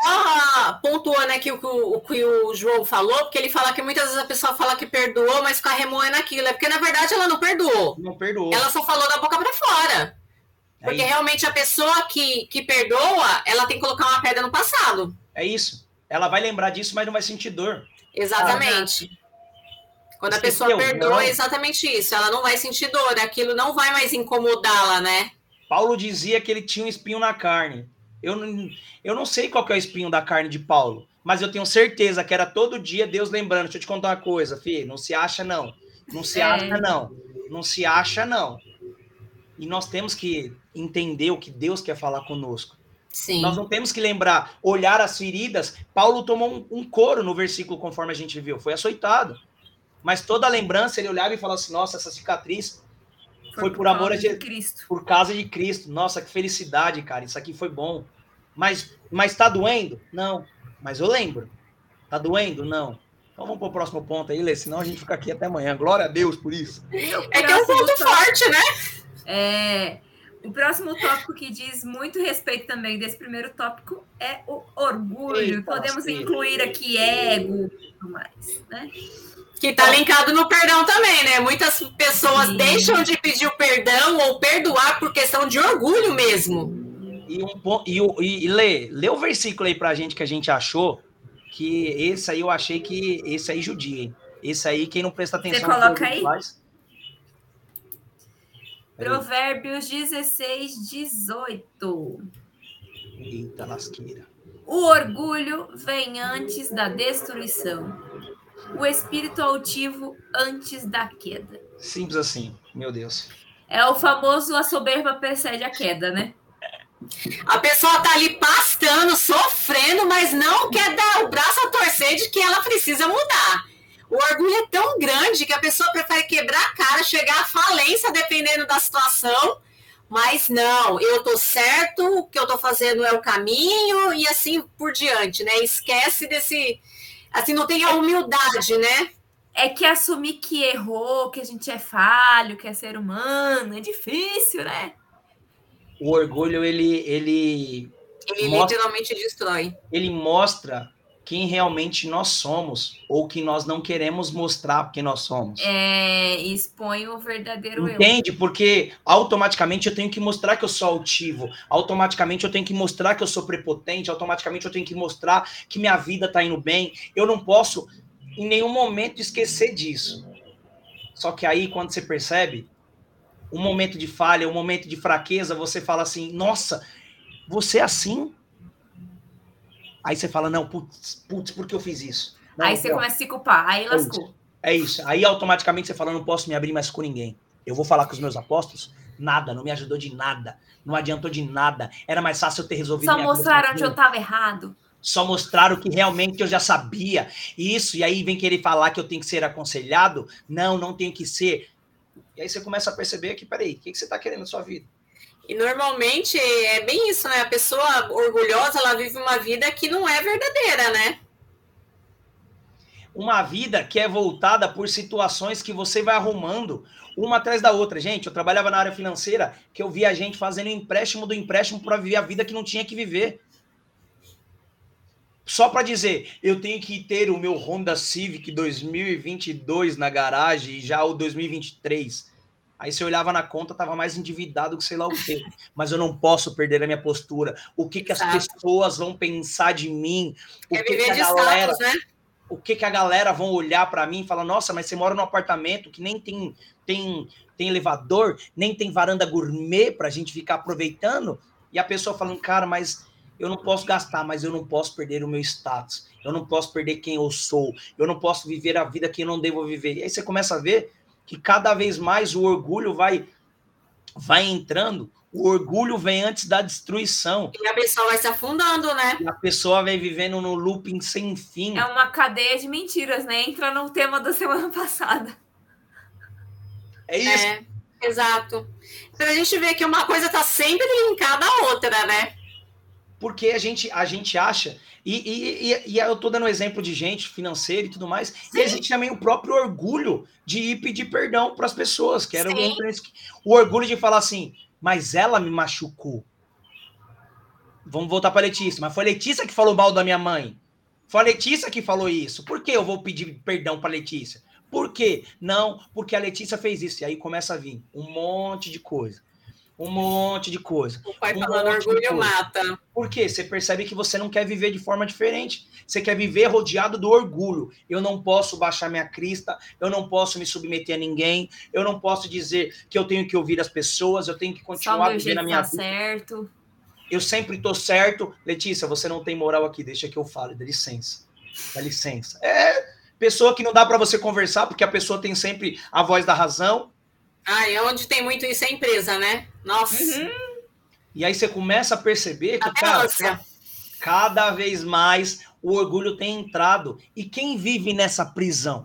Só pontuando aqui o que o, o que o João falou, porque ele fala que muitas vezes a pessoa fala que perdoou, mas fica remoendo aquilo. É porque, na verdade, ela não perdoou. Não perdoou. Ela só falou da boca para fora. É porque isso. realmente a pessoa que, que perdoa, ela tem que colocar uma pedra no passado. É isso. Ela vai lembrar disso, mas não vai sentir dor. Exatamente. Ah, Quando Esqueceu, a pessoa perdoa, não. É exatamente isso. Ela não vai sentir dor. Aquilo não vai mais incomodá-la, né? Paulo dizia que ele tinha um espinho na carne. Eu não, eu não sei qual que é o espinho da carne de Paulo, mas eu tenho certeza que era todo dia Deus lembrando. Deixa eu te contar uma coisa, filho. Não se acha, não. Não se é. acha, não. Não se acha, não. E nós temos que entender o que Deus quer falar conosco. Sim. Nós não temos que lembrar, olhar as feridas. Paulo tomou um, um couro no versículo, conforme a gente viu. Foi açoitado. Mas toda a lembrança, ele olhava e falava assim, nossa, essa cicatriz foi, foi por, por amor a de Cristo. Por causa de Cristo. Nossa, que felicidade, cara. Isso aqui foi bom. Mas, mas tá doendo? Não. Mas eu lembro. Tá doendo? Não. Então vamos pro próximo ponto aí, Lê, senão a gente fica aqui até amanhã. Glória a Deus por isso. É que é um ponto tópico, forte, né? É... O próximo tópico que diz muito respeito também desse primeiro tópico é o orgulho. Eita, Podemos sim. incluir aqui ego e tudo mais, né? Que tá linkado no perdão também, né? Muitas pessoas sim. deixam de pedir o perdão ou perdoar por questão de orgulho mesmo. E, um, e, e, e lê, lê o versículo aí pra gente que a gente achou, que esse aí eu achei que esse aí judia, hein? Esse aí, quem não presta atenção... Você coloca aí? Faz, Provérbios dezesseis, dezoito. Eita lasqueira. O orgulho vem antes da destruição. O espírito altivo antes da queda. Simples assim, meu Deus. É o famoso a soberba precede a queda, né? A pessoa tá ali pastando, sofrendo, mas não quer dar o braço a torcer de que ela precisa mudar. O orgulho é tão grande que a pessoa prefere quebrar a cara, chegar à falência dependendo da situação, Mas não, eu tô certo, o que eu tô fazendo é o caminho e assim por diante, né? Esquece desse... Assim, não tem a humildade, né? É que assumir que errou, que a gente é falho, que é ser humano, é difícil, né? O orgulho, ele... Ele, ele mostra, literalmente destrói. Ele mostra quem realmente nós somos, ou que nós não queremos mostrar quem nós somos. É, expõe o verdadeiro eu. Entende? Porque automaticamente eu tenho que mostrar que eu sou altivo, automaticamente eu tenho que mostrar que eu sou prepotente, automaticamente eu tenho que mostrar que minha vida tá indo bem. Eu não posso em nenhum momento esquecer disso. Só que aí, quando você percebe um momento de falha, um momento de fraqueza, você fala assim, nossa, você é assim? Aí você fala, não, putz, putz, por que eu fiz isso? Não, aí você não. começa a se culpar, aí lascou. É isso. É isso. Aí automaticamente você fala, não posso me abrir mais com ninguém. Eu vou falar com os meus apóstolos? Nada, não me ajudou de nada. Não adiantou de nada. Era mais fácil eu ter resolvido. Só mostraram onde eu estava errado. Só mostraram que realmente eu já sabia. Isso, e aí vem querer falar que eu tenho que ser aconselhado? Não, não tenho que ser. E aí você começa a perceber que, peraí, o que você está querendo na sua vida? E normalmente é bem isso, né? A pessoa orgulhosa, ela vive uma vida que não é verdadeira, né? Uma vida que é voltada por situações que você vai arrumando uma atrás da outra. Gente, eu trabalhava na área financeira, que eu via a gente fazendo empréstimo do empréstimo para viver a vida que não tinha que viver. Só para dizer, eu tenho que ter o meu Honda Civic dois mil e vinte e dois na garagem e já o dois mil e vinte e três. Aí você olhava na conta, tava mais endividado que sei lá o quê. Mas eu não posso perder a minha postura. O que, que as pessoas vão pensar de mim? O é que, viver que a de galera... status, né? O que, que a galera vão olhar para mim e falar, nossa, mas você mora num apartamento que nem tem, tem, tem elevador, nem tem varanda gourmet para a gente ficar aproveitando, e a pessoa falando, cara, mas eu não posso gastar, mas eu não posso perder o meu status, eu não posso perder quem eu sou, eu não posso viver a vida que eu não devo viver. E aí você começa a ver que cada vez mais o orgulho vai, vai entrando. O orgulho vem antes da destruição. E a pessoa vai se afundando, né? E a pessoa vai vivendo no looping sem fim. É uma cadeia de mentiras, né? Entra no tema da semana passada. É isso. É, exato. Então a gente vê que uma coisa está sempre linkada à outra, né? Porque a gente, a gente acha... E, e, e, e eu tô dando um exemplo de gente financeira e tudo mais. Sim. E existe também o próprio orgulho de ir pedir perdão para as pessoas. Que era o, o orgulho de falar assim... Mas ela me machucou. Vamos voltar para a Letícia. Mas foi a Letícia que falou mal da minha mãe. Foi a Letícia que falou isso. Por que eu vou pedir perdão para a Letícia? Por quê? Não, porque a Letícia fez isso. E aí começa a vir um monte de coisa. Um monte de coisa. O pai um falando orgulho mata. Por quê? Você percebe que você não quer viver de forma diferente. Você quer viver rodeado do orgulho. Eu não posso baixar minha crista, eu não posso me submeter a ninguém, eu não posso dizer que eu tenho que ouvir as pessoas, eu tenho que continuar vivendo a minha vida. Certo. Eu sempre tô certo. Letícia, você não tem moral aqui, deixa que eu fale, dá licença. Dá licença. É pessoa que não dá para você conversar, porque a pessoa tem sempre a voz da razão. Ah, e onde tem muito isso é empresa, né? Nossa. Uhum. E aí você começa a perceber que, Até cara, ânsia. cada vez mais o orgulho tem entrado. E quem vive nessa prisão?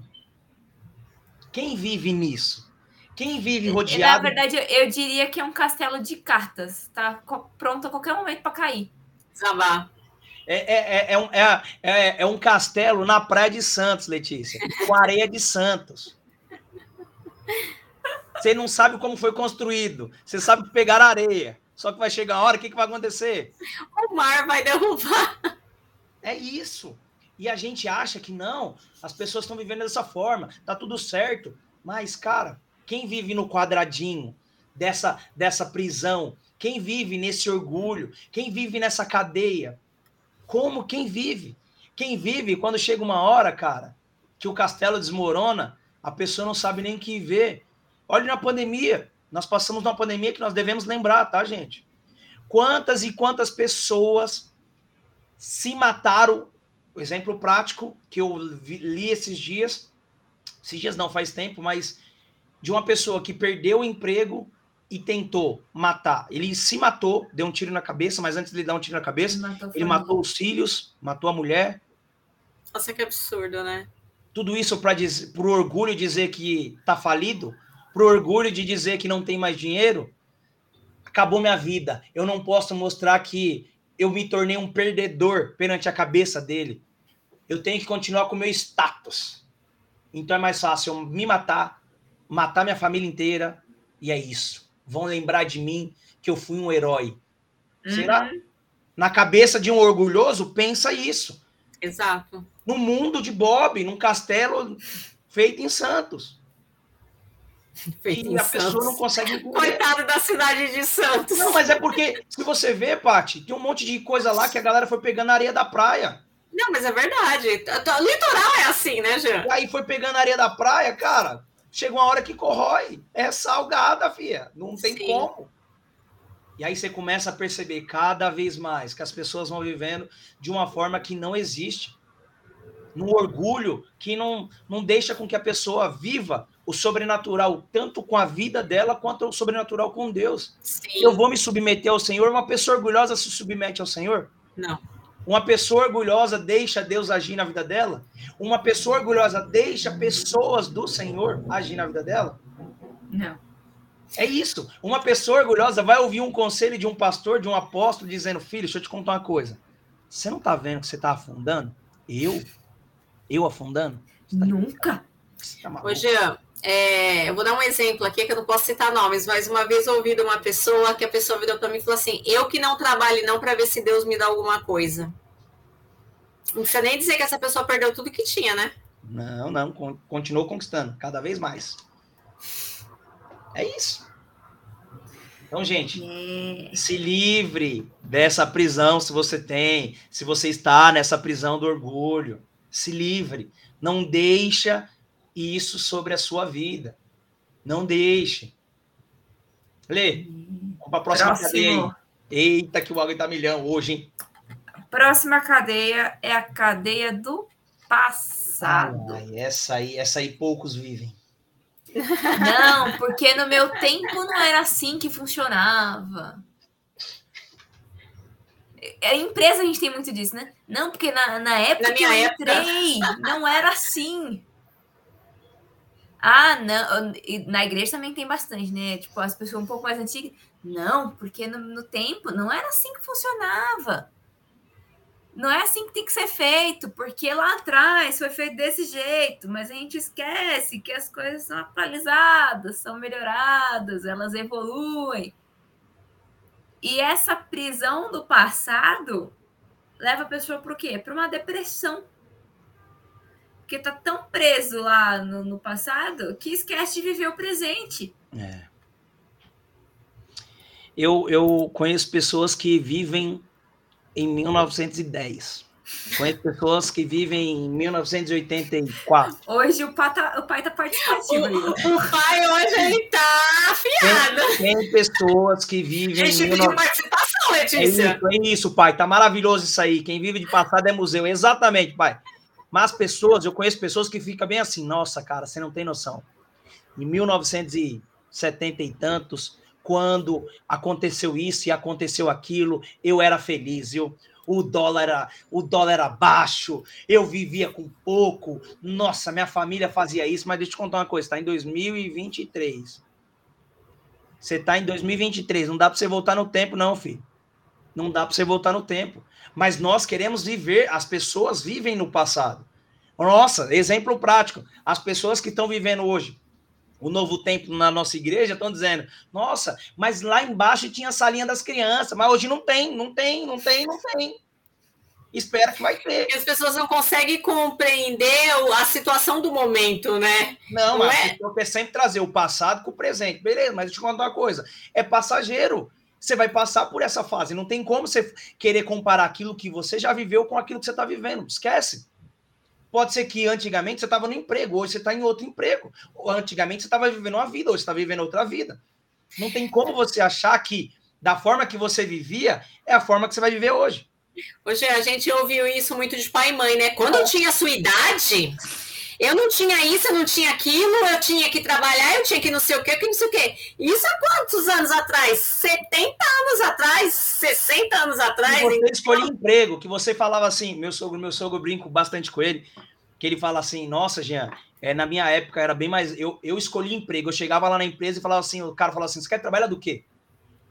Quem vive nisso? Quem vive rodeado... Na verdade, eu diria que é um castelo de cartas. Tá pronto a qualquer momento para cair. Desabar. É, é, é, um, é, é, é um castelo na Praia de Santos, Letícia. Com areia de Santos. Você não sabe como foi construído. Você sabe pegar areia. Só que vai chegar a hora, o que, que vai acontecer? O mar vai derrubar. É isso. E a gente acha que não, as pessoas estão vivendo dessa forma, tá tudo certo. Mas, cara, quem vive no quadradinho dessa, dessa prisão, quem vive nesse orgulho, quem vive nessa cadeia, como quem vive? Quem vive quando chega uma hora, cara, que o castelo desmorona, a pessoa não sabe nem o que ver. Olha na pandemia, nós passamos numa pandemia que nós devemos lembrar, tá, gente? Quantas e quantas pessoas se mataram, exemplo prático que eu li esses dias, esses dias não, faz tempo, mas de uma pessoa que perdeu o emprego e tentou matar. Ele se matou, deu um tiro na cabeça, mas antes de ele dar um tiro na cabeça, matou ele matou os filhos, matou a mulher. Nossa, que absurdo, né? Tudo isso para o orgulho dizer que tá falido, pro orgulho de dizer que não tem mais dinheiro. acabou minha vida. Eu não posso mostrar que eu me tornei um perdedor perante a cabeça dele. Eu tenho que continuar com o meu status. Então é mais fácil eu me matar, matar minha família inteira, e é isso. Vão lembrar de mim que eu fui um herói. Uhum. Será? Na cabeça de um orgulhoso, pensa isso. Exato. No mundo de Bob, num castelo feito em Santos. Feito e em a Santos. pessoa não consegue entender. Coitado da cidade de Santos. Não, mas é porque, se você vê, Paty, tem um monte de coisa lá que a galera foi pegando na areia da praia. Não, mas é verdade. O litoral é assim, né, Jean? E aí foi pegando na areia da praia, cara, chega uma hora que corrói. É salgada, filha. Não tem Sim. como. E aí você começa a perceber cada vez mais que as pessoas vão vivendo de uma forma que não existe. Num orgulho que não, não deixa com que a pessoa viva o sobrenatural, tanto com a vida dela, quanto o sobrenatural com Deus. Sim. Eu vou me submeter ao Senhor? Uma pessoa orgulhosa se submete ao Senhor? Não. Uma pessoa orgulhosa deixa Deus agir na vida dela? Uma pessoa orgulhosa deixa pessoas do Senhor agir na vida dela? Não. É isso. Uma pessoa orgulhosa vai ouvir um conselho de um pastor, de um apóstolo, dizendo, filho, deixa eu te contar uma coisa. Você não tá vendo que você tá afundando? Eu? Eu afundando? Tá Nunca. Tá Ô, Jean, é, eu vou dar um exemplo aqui, que eu não posso citar nomes, mas uma vez eu ouvi de uma pessoa, que a pessoa virou para mim e falou assim, eu que não trabalho não para ver se Deus me dá alguma coisa. Não precisa nem dizer que essa pessoa perdeu tudo que tinha, né? Não, não, continuou conquistando, cada vez mais. É isso. Então, gente, é. se livre dessa prisão se você tem, se você está nessa prisão do orgulho. Se livre. Não deixa isso sobre a sua vida. Não deixe. Lê, vamos para a próxima Próximo. cadeia aí. Eita, que o água tá milhão hoje, hein? A próxima cadeia é a cadeia do passado. Ai, essa aí, essa aí poucos vivem. Não, porque no meu tempo não era assim que funcionava. A empresa a gente tem muito disso, né? Não, porque na, na época na que eu entrei, época. não era assim. Ah, não. Na igreja também tem bastante, né? Tipo, as pessoas um pouco mais antigas. Não, porque no, no tempo não era assim que funcionava. Não é assim que tem que ser feito, porque lá atrás foi feito desse jeito, mas a gente esquece que as coisas são atualizadas, são melhoradas, elas evoluem. E essa prisão do passado leva a pessoa para o quê? Para uma depressão. Porque tá tão preso lá no, no passado que esquece de viver o presente. É. Eu, eu conheço pessoas que vivem em mil novecentos e dez. Conheço pessoas que vivem em mil novecentos e oitenta e quatro. Hoje o pai tá, o pai tá participativo. O, o pai hoje ele tá afiado. Tem, tem pessoas que vivem... Gente, pediu mil... participação, Letícia. É isso, é isso, pai. Tá maravilhoso isso aí. Quem vive de passado é museu. Exatamente, pai. Mas pessoas, eu conheço pessoas que ficam bem assim, nossa, cara, você não tem noção. Em mil novecentos e setenta e tantos, quando aconteceu isso e aconteceu aquilo, eu era feliz, eu... O dólar, era, o dólar era baixo, eu vivia com pouco, nossa, minha família fazia isso, mas deixa eu te contar uma coisa, está em dois mil e vinte e três. Você está em dois mil e vinte e três, não dá para você voltar no tempo, não, filho. Não dá para você voltar no tempo. Mas nós queremos viver, as pessoas vivem no passado. Nossa, exemplo prático, as pessoas que estão vivendo hoje, o novo tempo na nossa igreja, estão dizendo, nossa, mas lá embaixo tinha a salinha das crianças, mas hoje não tem, não tem, não tem, não tem. Espera que vai ter. E as pessoas não conseguem compreender a situação do momento, né? Não, não mas eu quero sempre trazer o passado com o presente. Beleza, mas deixa eu te contar uma coisa. É passageiro. Você vai passar por essa fase. Não tem como você querer comparar aquilo que você já viveu com aquilo que você está vivendo. Esquece. Pode ser que antigamente você estava no emprego, hoje você está em outro emprego. Ou antigamente você estava vivendo uma vida, hoje você está vivendo outra vida. Não tem como você achar que da forma que você vivia é a forma que você vai viver hoje. Hoje a gente ouviu isso muito de pai e mãe, né? Quando eu tinha a sua idade, eu não tinha isso, eu não tinha aquilo, eu tinha que trabalhar, eu tinha que não sei o quê, que não sei o quê. Isso há quantos anos atrás? setenta anos atrás? sessenta anos atrás? E você então... escolhia emprego, que você falava assim, meu sogro, meu sogro, brinco bastante com ele, que ele fala assim, nossa, Jean, é, na minha época era bem mais... Eu, eu escolhi emprego, eu chegava lá na empresa e falava assim, o cara falava assim, você quer trabalhar do quê?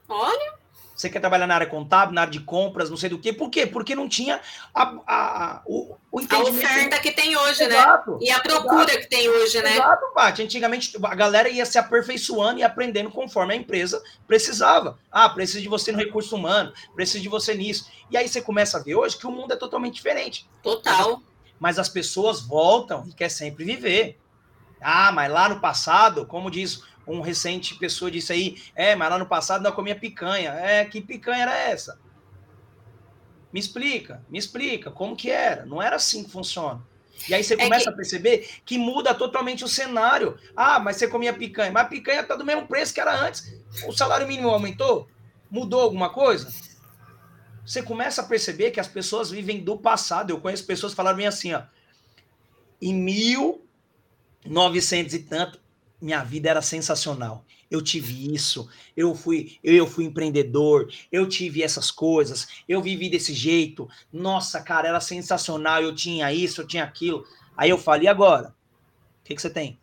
Olha. Você quer trabalhar na área contábil, na área de compras, não sei do quê. Por quê? Porque não tinha a, a, a, o, o entendimento. A oferta que tem hoje, exato, né? E a procura exato, que tem hoje, né? Exato, Paty. Antigamente, a galera ia se aperfeiçoando e aprendendo conforme a empresa precisava. Ah, preciso de você no recurso humano, preciso de você nisso. E aí você começa a ver hoje que o mundo é totalmente diferente. Total. Mas, mas as pessoas voltam e querem sempre viver. Ah, mas lá no passado, como diz um recente pessoa disse aí, é, mas lá no passado não comia picanha. É, que picanha era essa? Me explica, me explica, como que era? Não era assim que funciona. E aí você começa é que... a perceber que muda totalmente o cenário. Ah, mas você comia picanha. Mas a picanha está do mesmo preço que era antes. O salário mínimo aumentou? Mudou alguma coisa? Você começa a perceber que as pessoas vivem do passado. Eu conheço pessoas que falaram bem assim, ó. Em mil e novecentos e tanto, minha vida era sensacional. Eu tive isso, eu fui, eu fui empreendedor, eu tive essas coisas, eu vivi desse jeito. Nossa, cara, era sensacional, eu tinha isso, eu tinha aquilo. Aí eu falei, e agora? O que, que você tem?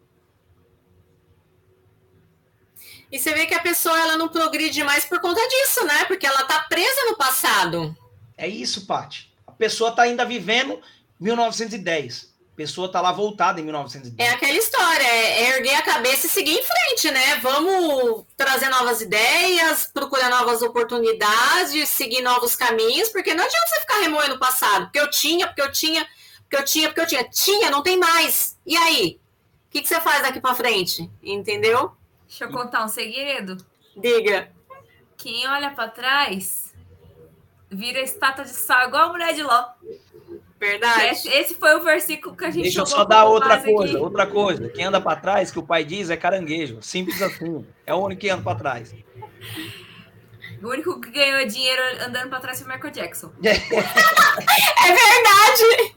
E você vê que a pessoa ela não progride mais por conta disso, né? Porque ela tá presa no passado. É isso, Paty. A pessoa tá ainda vivendo mil novecentos e dez. A pessoa tá lá voltada em mil novecentos e dez. É aquela história, é erguer a cabeça e seguir em frente, né? Vamos trazer novas ideias, procurar novas oportunidades, seguir novos caminhos, porque não adianta você ficar remoendo o passado. Porque eu tinha, porque eu tinha, porque eu tinha, porque eu tinha. Tinha, não tem mais. E aí? O que, que você faz daqui pra frente? Entendeu? Deixa eu contar um segredo. Diga. Quem olha pra trás vira estátua de sal igual a mulher de Ló. Verdade. Esse, esse foi o versículo que a gente Deixa eu só dar outra coisa, aqui. outra coisa. Quem anda para trás, que o pai diz, é caranguejo. Simples assim. É o único que anda para trás. O único que ganhou dinheiro andando para trás foi o Michael Jackson. É verdade!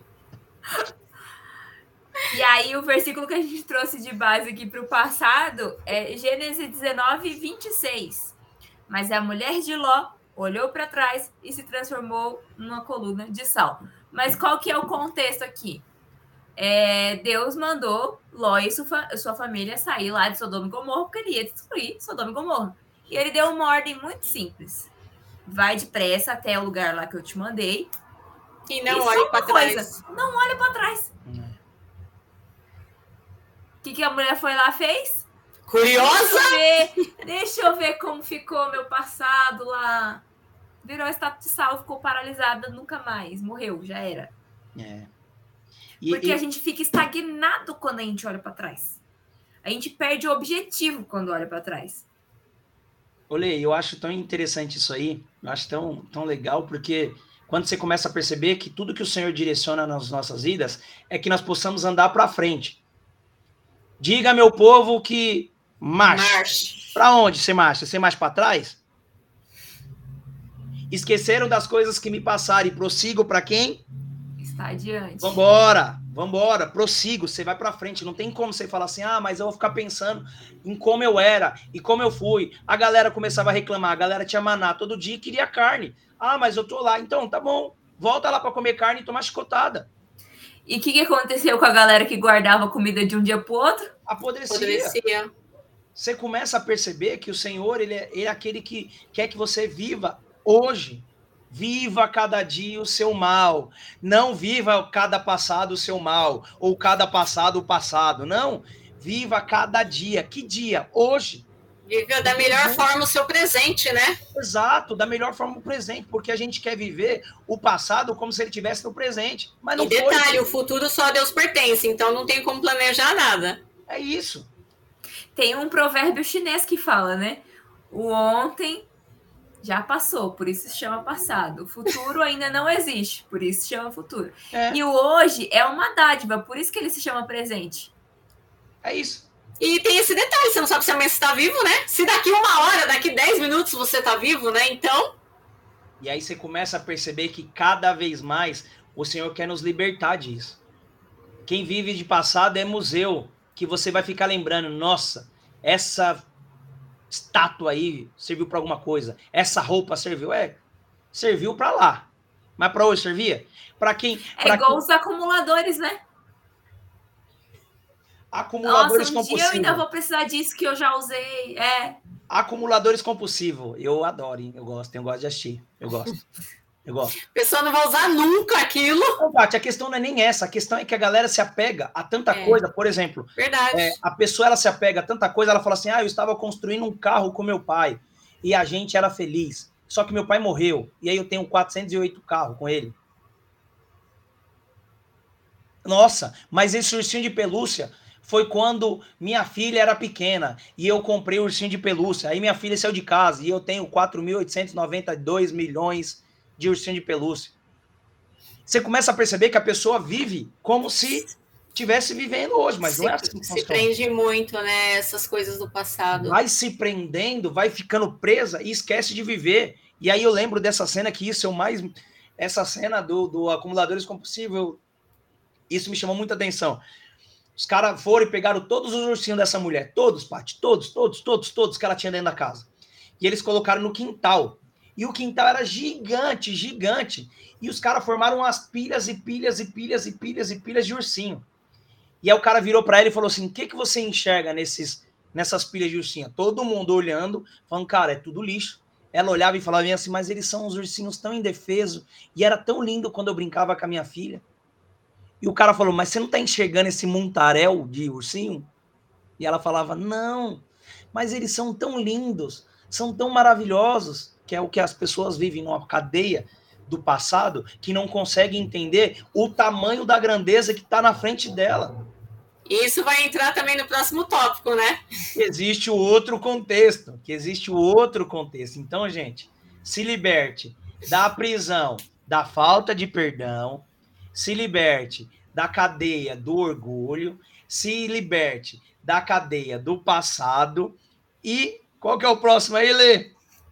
E aí, o versículo que a gente trouxe de base aqui para o passado é Gênesis dezenove, vinte e seis. Mas a mulher de Ló olhou para trás e se transformou numa coluna de sal. Mas qual que é o contexto aqui? É, Deus mandou Ló e sua, sua família sair lá de Sodoma e Gomorra porque ele ia destruir Sodoma e Gomorra. E ele deu uma ordem muito simples. Vai depressa até o lugar lá que eu te mandei. E não olhe para trás. Não olha para trás. O que, que a mulher foi lá fez? Curiosa? Deixa eu ver, deixa eu ver como ficou meu passado lá. Virou estátua de sal, ficou paralisada, nunca mais. Morreu, já era. É. E, Porque e... a gente fica estagnado quando a gente olha para trás. A gente perde o objetivo quando olha para trás. Olê, eu acho tão interessante isso aí. Eu acho tão, tão legal, porque quando você começa a perceber que tudo que o Senhor direciona nas nossas vidas é que nós possamos andar para frente. Diga, meu povo, que marche. Marche. Para onde você marcha? Você marcha para trás? Esqueceram das coisas que me passaram e prossigo para quem? Está adiante. Vambora, vambora, prossigo, você vai para frente. Não tem como você falar assim, ah, mas eu vou ficar pensando em como eu era e como eu fui. A galera começava a reclamar, a galera tinha maná todo dia e queria carne. Ah, mas eu tô lá, então tá bom, volta lá para comer carne e tomar chicotada. E o que, que aconteceu com a galera que guardava comida de um dia pro outro? Apodrecia. Apodrecia. Você começa a perceber que o Senhor, ele é, ele é aquele que quer que você viva hoje. Viva cada dia o seu mal. Não viva cada passado o seu mal. Ou cada passado o passado. Não. Viva cada dia. Que dia? Hoje. Viva da melhor forma o seu presente, né? Exato, da melhor forma o presente. Porque a gente quer viver o passado como se ele estivesse no presente. Mas não e detalhe, foi. o futuro só a Deus pertence. Então não tem como planejar nada. É isso. Tem um provérbio chinês que fala, né? O ontem já passou, por isso se chama passado. O futuro ainda não existe, por isso se chama futuro. É. E o hoje é uma dádiva, por isso que ele se chama presente. É isso. E tem esse detalhe, você não sabe se amanhã você está vivo, né? Se daqui uma hora, daqui dez minutos você está vivo, né? Então... E aí você começa a perceber que cada vez mais o Senhor quer nos libertar disso. Quem vive de passado é museu, que você vai ficar lembrando, nossa, essa... estátua aí serviu para alguma coisa. Essa roupa serviu, é, serviu para lá. Mas para hoje servia? Para quem? É igual quem... os acumuladores, né? Acumuladores Nossa, um compulsivos. dia eu ainda vou precisar disso que eu já usei. É. Acumuladores compulsivos. Eu adoro, hein? Eu gosto, eu gosto de assistir. Eu gosto. Eu gosto. A pessoa não vai usar nunca aquilo. Não, Paty, a questão não é nem essa. A questão é que a galera se apega a tanta é. coisa. Por exemplo, Verdade. É, a pessoa ela se apega a tanta coisa, ela fala assim, ah, eu estava construindo um carro com meu pai e a gente era feliz. Só que meu pai morreu. E aí eu tenho quatrocentos e oito carros com ele. Nossa, mas esse ursinho de pelúcia foi quando minha filha era pequena e eu comprei o ursinho de pelúcia. Aí minha filha saiu de casa e eu tenho quatro mil oitocentos e noventa e dois milhões de ursinho de pelúcia. Você começa a perceber que a pessoa vive como se estivesse vivendo hoje, mas se, não é assim que se prende muito, né? Essas coisas do passado. Vai se prendendo, vai ficando presa e esquece de viver. E aí eu lembro dessa cena que isso é o mais... Essa cena do, do acumuladores compulsivos, isso me chamou muita atenção. Os caras foram e pegaram todos os ursinhos dessa mulher. Todos, Paty, todos, todos, todos, todos que ela tinha dentro da casa. E eles colocaram no quintal. E o quintal era gigante, gigante. E os caras formaram umas pilhas e pilhas e pilhas e pilhas e pilhas de ursinho. E aí o cara virou para ele e falou assim, o que, que você enxerga nesses, nessas pilhas de ursinho? Todo mundo olhando, falando, cara, é tudo lixo. Ela olhava e falava assim, mas eles são uns ursinhos tão indefesos. E era tão lindo quando eu brincava com a minha filha. E o cara falou, mas você não tá enxergando esse montaréu de ursinho? E ela falava, não, mas eles são tão lindos, são tão maravilhosos, que é o que as pessoas vivem numa cadeia do passado, que não conseguem entender o tamanho da grandeza que está na frente dela. Isso vai entrar também no próximo tópico, né? Existe o outro contexto, que existe o outro contexto. Então, gente, se liberte da prisão, da falta de perdão, se liberte da cadeia do orgulho, se liberte da cadeia do passado e qual que é o próximo aí, Lê?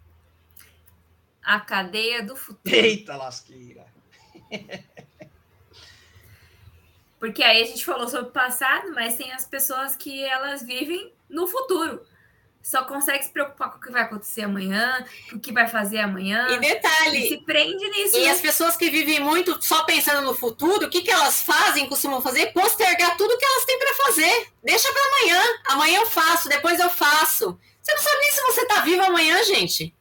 A cadeia do futuro. Eita lasqueira! Porque aí a gente falou sobre o passado, mas tem as pessoas que elas vivem no futuro. Só consegue se preocupar com o que vai acontecer amanhã, com o que vai fazer amanhã. E detalhe... E se prende nisso. E né? As pessoas que vivem muito só pensando no futuro, o que, que elas fazem, costumam fazer? Postergar tudo que elas têm para fazer. Deixa para amanhã. Amanhã eu faço, depois eu faço. Você não sabe nem se você tá vivo amanhã, gente.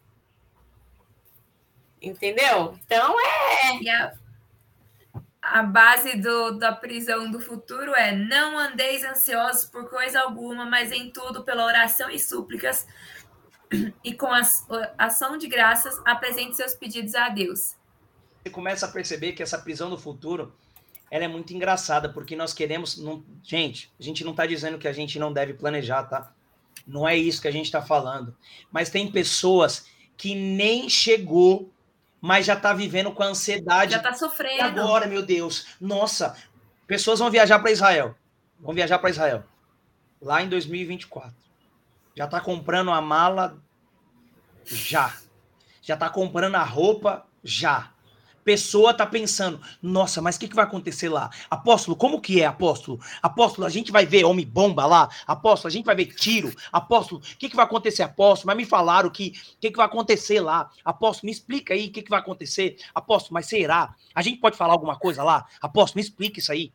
Entendeu? Então é... E a, a base do, da prisão do futuro é não andeis ansiosos por coisa alguma, mas em tudo pela oração e súplicas e com a ação de graças apresente seus pedidos a Deus. Você começa a perceber que essa prisão do futuro ela é muito engraçada, porque nós queremos... Não, gente, a gente não está dizendo que a gente não deve planejar, tá? Não é isso que a gente está falando. Mas tem pessoas que nem chegou... mas já está vivendo com a ansiedade. Já está sofrendo. E agora, meu Deus, nossa, pessoas vão viajar para Israel. Vão viajar para Israel. Lá em dois mil e vinte e quatro. Já está comprando a mala? Já. Já está comprando a roupa? Já. Pessoa está pensando, nossa, mas o que, que vai acontecer lá? Apóstolo, como que é, apóstolo? Apóstolo, a gente vai ver homem-bomba lá? Apóstolo, a gente vai ver tiro? Apóstolo, o que, que vai acontecer, apóstolo? Mas me falaram que o que, que vai acontecer lá? Apóstolo, me explica aí o que, que vai acontecer. Apóstolo, mas será? A gente pode falar alguma coisa lá? Apóstolo, me explica isso aí.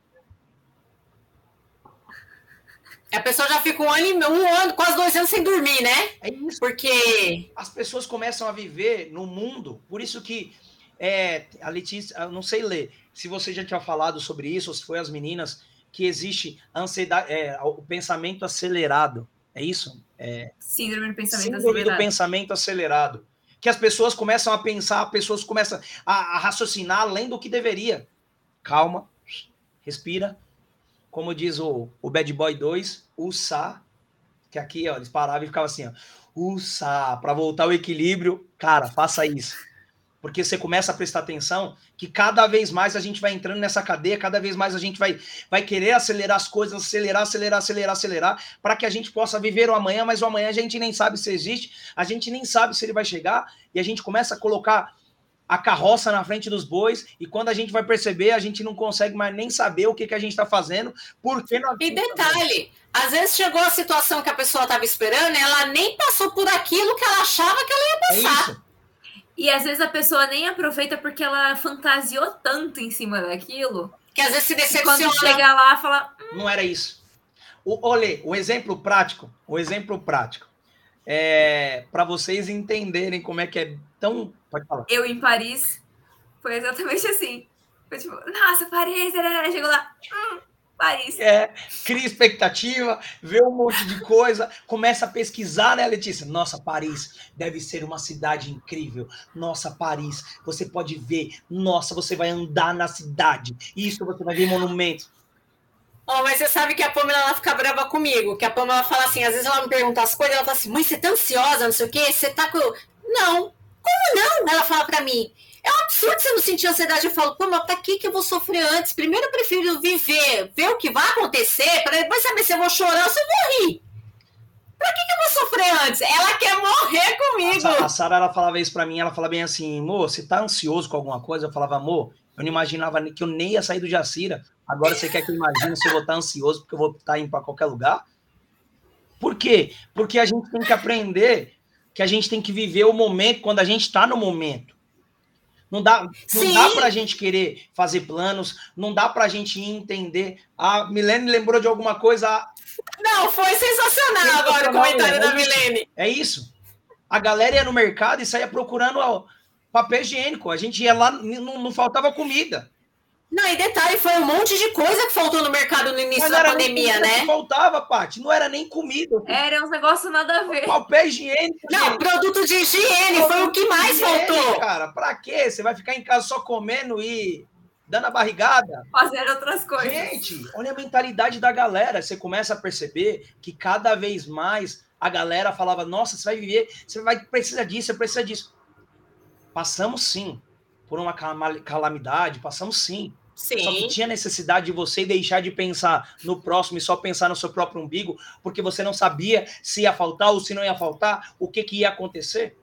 A pessoa já fica um ano, um ano, quase dois anos sem dormir, né? É isso. Porque as pessoas começam a viver no mundo, por isso que É, a Letícia, eu não sei ler, se você já tinha falado sobre isso, ou se foi as meninas, que existe ansiedade, é, o pensamento acelerado, é isso? É, síndrome do pensamento síndrome acelerado. do pensamento acelerado. Que as pessoas começam a pensar, as pessoas começam a, a raciocinar além do que deveria. Calma, respira. Como diz o, o Bad Boy dois, usa, que aqui ó, eles paravam e ficavam assim, ó, usa, para voltar ao equilíbrio, cara, faça isso. Porque você começa a prestar atenção que cada vez mais a gente vai entrando nessa cadeia, cada vez mais a gente vai, vai querer acelerar as coisas, acelerar, acelerar, acelerar, acelerar, para que a gente possa viver o amanhã, mas o amanhã a gente nem sabe se existe, a gente nem sabe se ele vai chegar, e a gente começa a colocar a carroça na frente dos bois, e quando a gente vai perceber, a gente não consegue mais nem saber o que, que a gente está fazendo, porque... Nós... E detalhe, às vezes chegou a situação que a pessoa estava esperando, e ela nem passou por aquilo que ela achava que ela ia passar. É isso. E às vezes a pessoa nem aproveita porque ela fantasiou tanto em cima daquilo. Que às vezes se decepciona. Quando chega lá, fala... Hum. Não era isso. O, olê, o exemplo prático, o exemplo prático. é, para vocês entenderem como é que é tão... Pode falar. Eu em Paris, foi exatamente assim. Foi tipo, nossa, Paris, chegou lá, hum, Paris. É, cria expectativa, vê um monte de coisa, começa a pesquisar, né, Letícia? Nossa, Paris deve ser uma cidade incrível. Nossa, Paris, você pode ver. Nossa, você vai andar na cidade. Isso, você vai ver monumentos. Oh, mas você sabe que a Pamela ela fica brava comigo, que a Pamela fala assim, às vezes ela me pergunta as coisas, ela fala assim, mãe, você tá ansiosa, não sei o quê? Você tá com... Não, como não? Ela fala pra mim, é um absurdo você não sentir ansiedade. Eu falo, Pamela, pra que que eu vou sofrer antes? Primeiro eu prefiro viver, ver o que vai acontecer, pra depois saber se eu vou chorar ou se eu vou rir. Pra que que eu vou sofrer antes? Ela quer morrer comigo. A Sara, ela falava isso pra mim, ela falava bem assim, amor, você tá ansioso com alguma coisa? Eu falava, amor, eu não imaginava que eu nem ia sair do Jacira. Agora você quer que eu imagine se eu vou estar ansioso porque eu vou estar indo para qualquer lugar? Por quê? Porque a gente tem que aprender que a gente tem que viver o momento quando a gente está no momento. Não dá, não dá para a gente querer fazer planos, não dá para a gente entender. A Milene lembrou de alguma coisa... Não, foi sensacional, sensacional agora o comentário é da Milene. É isso. A galera ia no mercado e saía procurando ó, papel higiênico. A gente ia lá, não, não faltava comida. Não, e detalhe, foi um monte de coisa que faltou no mercado no início da pandemia, né? Não faltava, Paty, não era nem comida. Era uns negócios nada a ver. Papel higiênico. Não, gente. Produto de higiene produto foi o que mais higiene, faltou. Cara, pra quê? Você vai ficar em casa só comendo e dando a barrigada? Fazer outras coisas. Gente, olha a mentalidade da galera. Você começa a perceber que cada vez mais a galera falava, nossa, você vai viver, você vai precisar disso, você precisa disso. Passamos sim por uma calamidade, passamos sim. Sim. Só que tinha necessidade de você deixar de pensar no próximo e só pensar no seu próprio umbigo, porque você não sabia se ia faltar ou se não ia faltar, o que, que ia acontecer.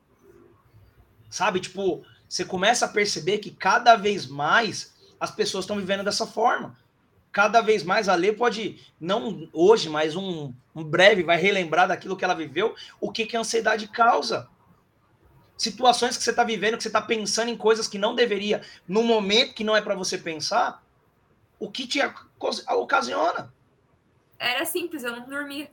Sabe, tipo, você começa a perceber que cada vez mais as pessoas estão vivendo dessa forma. Cada vez mais a Lê pode, não hoje, mas um, um breve, vai relembrar daquilo que ela viveu, o que, que a ansiedade causa. Situações que você está vivendo, que você está pensando em coisas que não deveria, no momento que não é para você pensar, o que te ocasiona? Era simples, eu não dormia.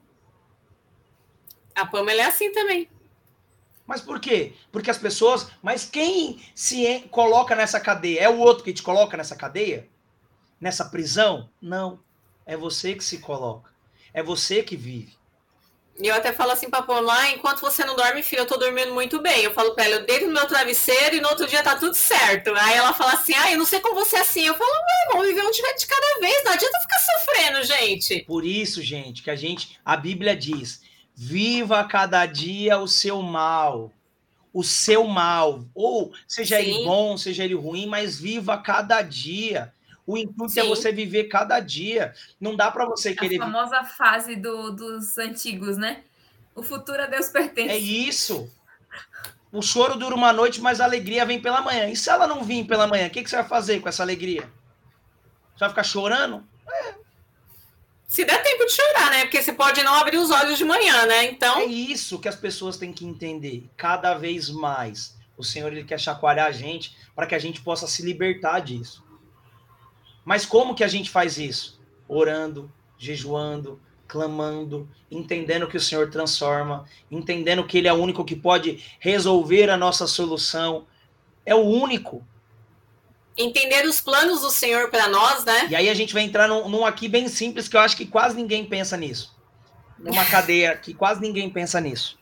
A Pamela é assim também. Mas por quê? Porque as pessoas... Mas quem se coloca nessa cadeia? É o outro que te coloca nessa cadeia? Nessa prisão? Não. É você que se coloca. É você que vive. E eu até falo assim pra Pamela, enquanto você não dorme, filha, eu tô dormindo muito bem. Eu falo pra ela, eu deito no meu travesseiro e no outro dia tá tudo certo. Aí ela fala assim, ah, eu não sei como você é assim. Eu falo, meu, vamos viver um dia de cada vez, não adianta ficar sofrendo, gente. Por isso, gente, que a gente, a Bíblia diz, viva cada dia o seu mal. O seu mal. Ou seja Sim. ele bom, seja ele ruim, mas viva cada dia. O intuito Sim. é você viver cada dia. Não dá para você querer... A famosa fase do, dos antigos, né? O futuro a Deus pertence. É isso. O choro dura uma noite, mas a alegria vem pela manhã. E se ela não vir pela manhã, o que, que você vai fazer com essa alegria? Você vai ficar chorando? É. Se der tempo de chorar, né? Porque você pode não abrir os olhos de manhã, né? Então... É isso que as pessoas têm que entender. Cada vez mais. O Senhor ele quer chacoalhar a gente para que a gente possa se libertar disso. Mas como que a gente faz isso? Orando, jejuando, clamando, entendendo que o Senhor transforma, entendendo que Ele é o único que pode resolver a nossa solução. É o único. Entender os planos do Senhor para nós, né? E aí a gente vai entrar num, num aqui bem simples, que eu acho que quase ninguém pensa nisso. Numa cadeia que quase ninguém pensa nisso.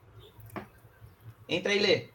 Entra aí, Lê.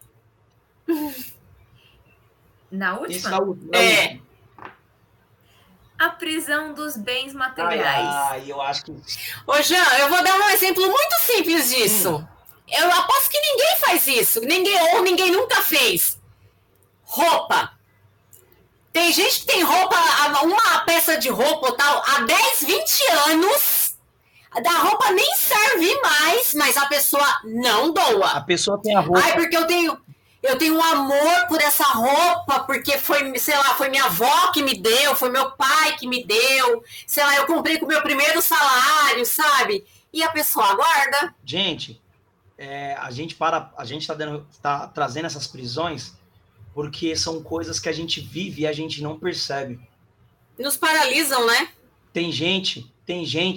Na última? Isso, na última. Na é. última. A prisão dos bens materiais. Ai, ai, eu acho que... Ô, Jean, eu vou dar um exemplo muito simples disso. Hum. Eu aposto que ninguém faz isso. Ninguém ou ninguém nunca fez. Roupa. Tem gente que tem roupa, uma peça de roupa ou tal, há dez, vinte anos. Da roupa nem serve mais, mas a pessoa não doa. A pessoa tem a roupa... Ai, porque eu tenho... Eu tenho um amor por essa roupa, porque foi, sei lá, foi minha avó que me deu, foi meu pai que me deu, sei lá, eu comprei com o meu primeiro salário, sabe? E a pessoa guarda. Gente, é, a gente para, a gente tá, dando, tá trazendo essas prisões porque são coisas que a gente vive e a gente não percebe. Nos paralisam, né? Tem gente, tem gente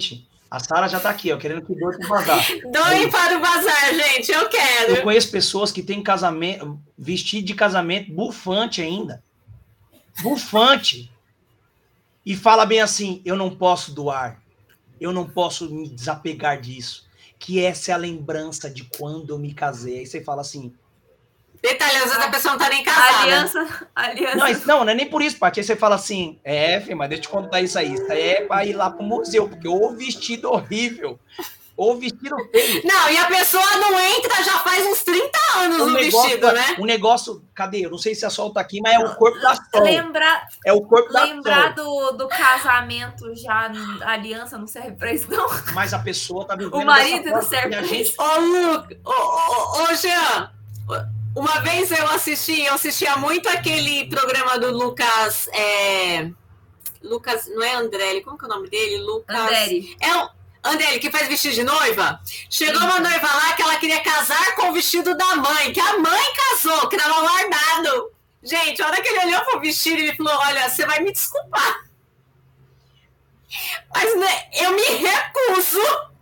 A Sara já tá aqui, ó, querendo que doe para o bazar. Doe para o bazar, gente, eu quero. Eu conheço pessoas que têm casamento, vestido de casamento bufante ainda. Bufante. E fala bem assim, eu não posso doar. Eu não posso me desapegar disso. Que essa é a lembrança de quando eu me casei. Aí você fala assim... Detalhe, às vezes a pessoa não tá nem casada. Aliança, aliança. Não, não, não é nem por isso, Paty. Aí você fala assim, é, filho, mas deixa eu te contar isso aí. Isso aí é pra ir lá pro museu, porque o vestido horrível, o vestido feio. Não, e a pessoa não entra já faz uns trinta anos o no negócio, vestido, né? O negócio, cadê? Eu não sei se a Sol tá aqui, mas é o corpo da Sol. Lembrar, é o corpo da lembrar do, do casamento já, a aliança não serve pra isso, não. Mas a pessoa tá vivendo o marido não serve pra gente... isso. Ô, Lu, ô, ô, ô, Jean, uma vez eu assisti, eu assistia muito aquele programa do Lucas, é, Lucas, não é Andrelli, como que é o nome dele? Lucas... Andrelli. É um, Andrelli, que faz vestido de noiva. Chegou Sim. uma noiva lá que ela queria casar com o vestido da mãe, que a mãe casou, que estava guardado. Gente, a hora que ele olhou pro vestido, ele falou, olha, você vai me desculpar, mas né, eu me recuso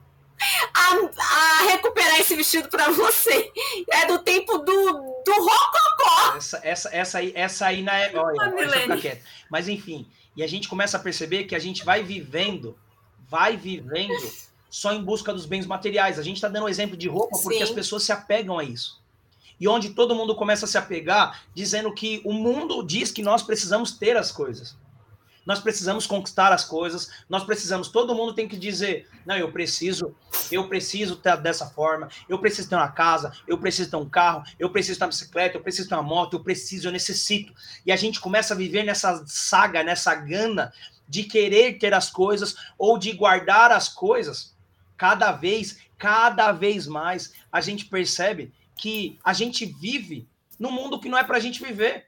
A, a recuperar esse vestido para você. É do tempo do, do rococó. Essa, essa, essa aí, essa aí na é. Olha, deixa eu ficar quieto. Mas enfim, e a gente começa a perceber que a gente vai vivendo, vai vivendo só em busca dos bens materiais. A gente está dando um exemplo de roupa porque Sim. as pessoas se apegam a isso. E onde todo mundo começa a se apegar, dizendo que o mundo diz que nós precisamos ter as coisas. Nós precisamos conquistar as coisas, nós precisamos, todo mundo tem que dizer, não, eu preciso, eu preciso ter dessa forma, eu preciso ter uma casa, eu preciso ter um carro, eu preciso ter uma bicicleta, eu preciso ter uma moto, eu preciso, eu necessito. E a gente começa a viver nessa saga, nessa gana de querer ter as coisas ou de guardar as coisas. Cada vez, cada vez mais, a gente percebe que a gente vive num mundo que não é pra gente viver.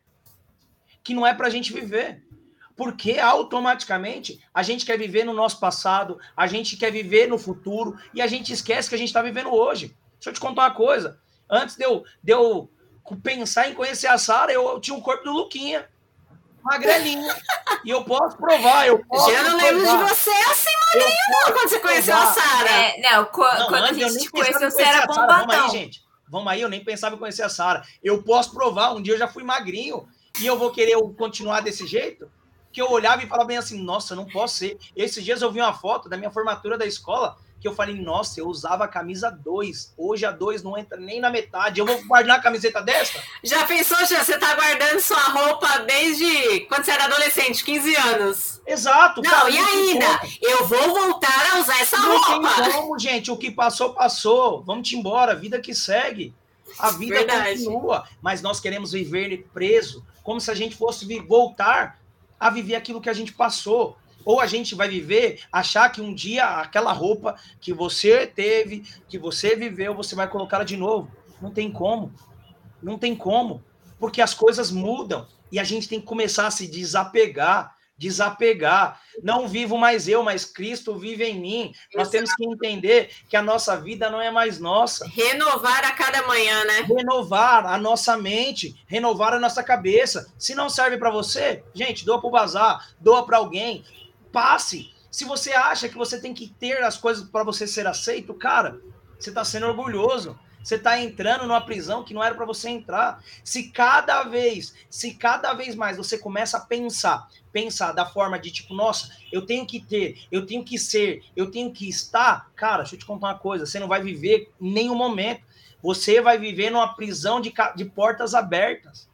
Que não é pra gente viver. Porque automaticamente a gente quer viver no nosso passado, a gente quer viver no futuro e a gente esquece que a gente está vivendo hoje. Deixa eu te contar uma coisa. Antes de eu, de eu pensar em conhecer a Sara, eu, eu tinha o corpo do Luquinha, magrelinho. E eu posso provar. Eu posso já não lembro de você assim, magrinho, não, quando você conheceu provar. a Sara. É, não, quando, não, quando a gente te conheceu, você era bombadão. Vamos aí, gente. Vamos aí, eu nem pensava em conhecer a Sara. Eu posso provar. Um dia eu já fui magrinho e eu vou querer continuar desse jeito? Que eu olhava e falava bem assim, nossa, não posso ser. Esses dias eu vi uma foto da minha formatura da escola, que eu falei, nossa, eu usava a camisa dois, hoje a dois não entra nem na metade, eu vou guardar a camiseta dessa? Já pensou, Jean, você tá guardando sua roupa desde quando você era adolescente, quinze anos? Exato. Não, cara, e ainda, eu vou voltar a usar essa não roupa. Não tem como, gente, o que passou, passou, vamos embora, vida que segue. A vida Verdade. continua, mas nós queremos viver preso, como se a gente fosse voltar a viver aquilo que a gente passou. Ou a gente vai viver, achar que um dia aquela roupa que você teve, que você viveu, você vai colocá-la de novo. Não tem como. Não tem como. Porque as coisas mudam. E a gente tem que começar a se desapegar. Desapegar. Não vivo mais eu, mas Cristo vive em mim. Nós temos que entender que a nossa vida não é mais nossa. Renovar a cada manhã, né? Renovar a nossa mente, renovar a nossa cabeça. Se não serve para você, gente, doa para o bazar, doa para alguém, passe. Se você acha que você tem que ter as coisas para você ser aceito, cara, você está sendo orgulhoso. Você está entrando numa prisão que não era para você entrar. Se cada vez, se cada vez mais você começa a pensar, pensar da forma de tipo, nossa, eu tenho que ter, eu tenho que ser, eu tenho que estar, cara, deixa eu te contar uma coisa, você não vai viver em nenhum momento. Você vai viver numa prisão de, de portas abertas.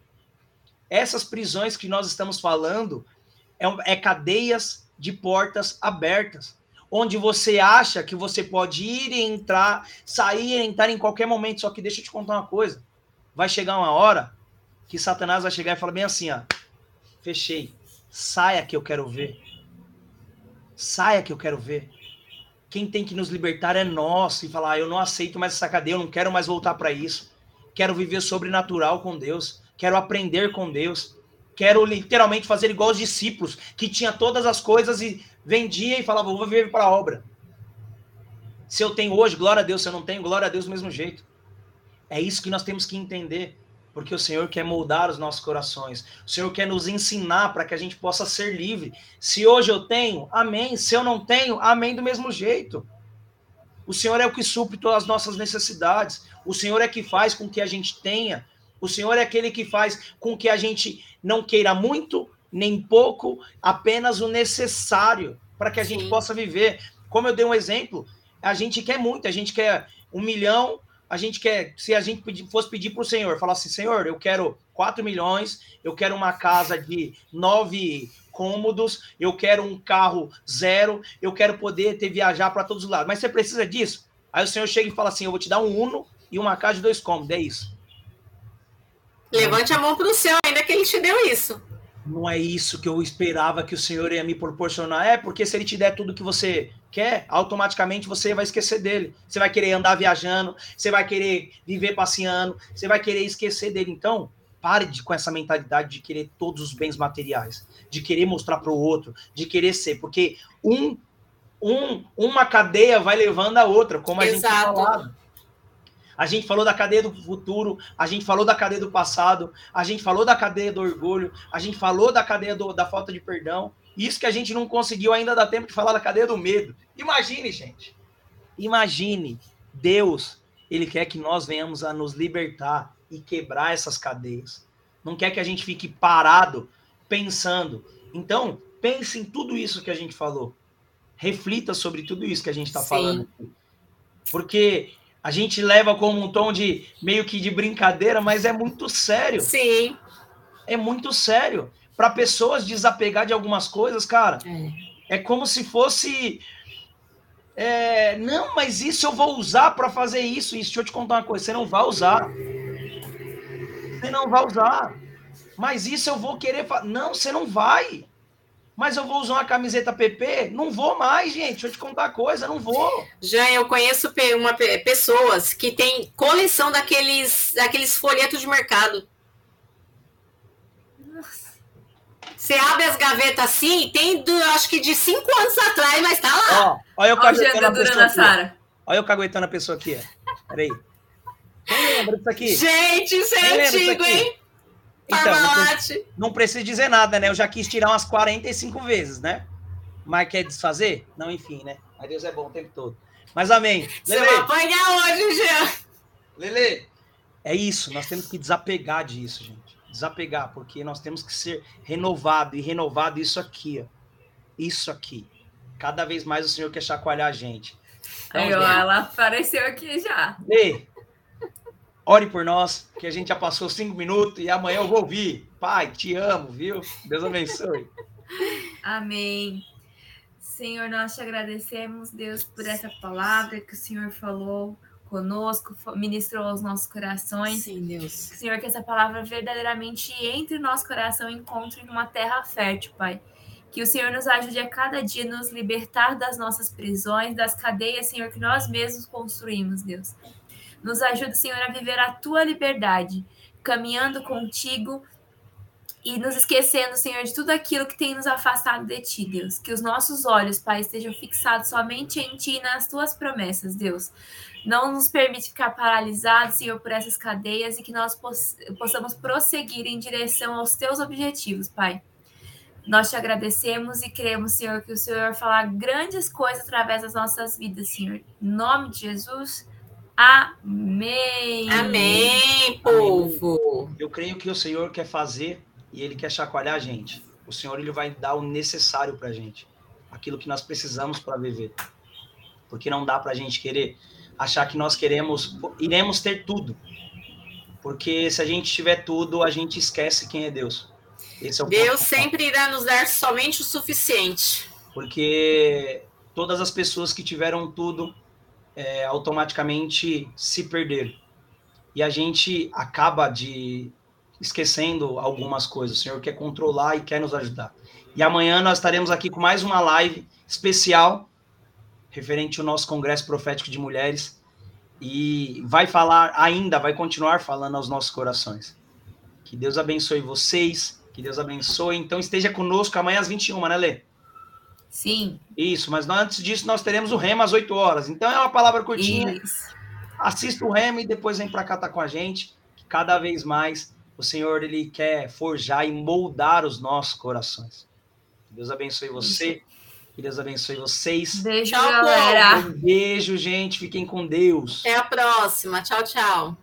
Essas prisões que nós estamos falando é, é cadeias de portas abertas, onde você acha que você pode ir e entrar, sair e entrar em qualquer momento. Só que deixa eu te contar uma coisa. Vai chegar uma hora que Satanás vai chegar e falar bem assim, ó, fechei, saia que eu quero ver. Saia que eu quero ver. Quem tem que nos libertar é nós. E falar, ah, eu não aceito mais essa cadeia, eu não quero mais voltar para isso. Quero viver sobrenatural com Deus. Quero aprender com Deus. Quero literalmente fazer igual os discípulos, que tinha todas as coisas e vendia e falava, vou viver para a obra. Se eu tenho hoje, glória a Deus. Se eu não tenho, glória a Deus do mesmo jeito. É isso que nós temos que entender. Porque o Senhor quer moldar os nossos corações. O Senhor quer nos ensinar para que a gente possa ser livre. Se hoje eu tenho, amém. Se eu não tenho, amém do mesmo jeito. O Senhor é o que supre todas as nossas necessidades. O Senhor é que faz com que a gente tenha. O Senhor é aquele que faz com que a gente não queira muito, nem pouco, apenas o necessário para que a Sim. gente possa viver. Como eu dei um exemplo, a gente quer muito, a gente quer um milhão, a gente quer, se a gente pedir, fosse pedir para o Senhor, falar assim, Senhor, eu quero quatro milhões, eu quero uma casa de nove cômodos, eu quero um carro zero, eu quero poder ter viajar para todos os lados. Mas você precisa disso? Aí o Senhor chega e fala assim, eu vou te dar um Uno e uma casa de dois cômodos, é isso. Levante a mão para o céu, ainda que ele te deu isso. Não é isso que eu esperava que o Senhor ia me proporcionar. É, porque se ele te der tudo que você quer, automaticamente você vai esquecer dele. Você vai querer andar viajando, você vai querer viver passeando, você vai querer esquecer dele. Então, pare de, com essa mentalidade de querer todos os bens materiais, de querer mostrar para o outro, de querer ser, porque um, um, uma cadeia vai levando a outra, como a Exato. gente falou. A gente falou da cadeia do futuro, a gente falou da cadeia do passado, a gente falou da cadeia do orgulho, a gente falou da cadeia do, da falta de perdão. Isso que a gente não conseguiu ainda dar tempo de falar da cadeia do medo. Imagine, gente. Imagine. Deus, ele quer que nós venhamos a nos libertar e quebrar essas cadeias. Não quer que a gente fique parado pensando. Então, pense em tudo isso que a gente falou. Reflita sobre tudo isso que a gente está falando. Porque a gente leva como um tom de meio que de brincadeira, mas é muito sério. Sim. É muito sério. Para pessoas desapegar de algumas coisas, cara, é, é como se fosse... É, não, mas isso eu vou usar para fazer isso. Isso, deixa eu te contar uma coisa. Você não vai usar. Você não vai usar. Mas isso eu vou querer... Fa... Não, você não vai. Mas eu vou usar uma camiseta P P? Não vou mais, gente. Deixa eu te contar uma coisa, não vou. Já eu conheço uma, pessoas que têm coleção daqueles, daqueles folhetos de mercado. Nossa. Você abre as gavetas assim, tem, do, acho que de cinco anos atrás, mas tá lá. Ó, olha eu caguetando a pessoa aqui. Olha eu caguetando a pessoa aqui. Peraí. Quem lembra disso aqui? Gente, isso é antigo, hein? Então, não precisa, não precisa dizer nada, né? Eu já quis tirar umas quarenta e cinco vezes, né? Mas quer desfazer? Não, enfim, né? Mas Deus é bom o tempo todo. Mas amém. Você Lelê, vai apanhar hoje, Jean. Lelê, é isso. Nós temos que desapegar disso, gente. Desapegar, porque nós temos que ser renovado. E renovado isso aqui, ó. Isso aqui. Cada vez mais o Senhor quer chacoalhar a gente. Então, aí, ó, ela apareceu aqui já. Lê. Ore por nós, que a gente já passou cinco minutos e amanhã eu vou ouvir. Pai, te amo, viu? Deus abençoe. Amém. Senhor, nós te agradecemos, Deus, por essa palavra que o Senhor falou conosco, ministrou aos nossos corações. Sim, Deus. Senhor, que essa palavra verdadeiramente entre no nosso coração e encontre numa terra fértil, Pai. Que o Senhor nos ajude a cada dia nos libertar das nossas prisões, das cadeias, Senhor, que nós mesmos construímos, Deus. Nos ajuda, Senhor, a viver a tua liberdade, caminhando contigo e nos esquecendo, Senhor, de tudo aquilo que tem nos afastado de ti, Deus. Que os nossos olhos, Pai, estejam fixados somente em ti e nas tuas promessas, Deus. Não nos permite ficar paralisados, Senhor, por essas cadeias e que nós possamos prosseguir em direção aos teus objetivos, Pai. Nós te agradecemos e cremos, Senhor, que o Senhor vai falar grandes coisas através das nossas vidas, Senhor. Em nome de Jesus. Amém. Amém, povo. Eu creio que o Senhor quer fazer e Ele quer chacoalhar a gente. O Senhor, Ele vai dar o necessário para a gente. Aquilo que nós precisamos para viver. Porque não dá para a gente querer achar que nós queremos, iremos ter tudo. Porque se a gente tiver tudo, a gente esquece quem é Deus. Esse é o Deus sempre irá nos dar somente o suficiente. Porque todas as pessoas que tiveram tudo, É, automaticamente se perderam. E a gente acaba de esquecendo algumas coisas. O Senhor quer controlar e quer nos ajudar. E amanhã nós estaremos aqui com mais uma live especial referente ao nosso Congresso Profético de Mulheres e vai falar ainda, vai continuar falando aos nossos corações. Que Deus abençoe vocês, que Deus abençoe. Então esteja conosco amanhã às vinte e uma, né, Lê? Sim. Isso, mas antes disso nós teremos o Rema às oito horas. Então é uma palavra curtinha. Isso. Assista o Rema e depois vem para cá estar tá com a gente. Que cada vez mais o Senhor ele quer forjar e moldar os nossos corações. Deus abençoe você. Que Deus abençoe vocês. Beijo, Tchau, galera. Um beijo, gente. Fiquem com Deus. Até a próxima. Tchau, tchau.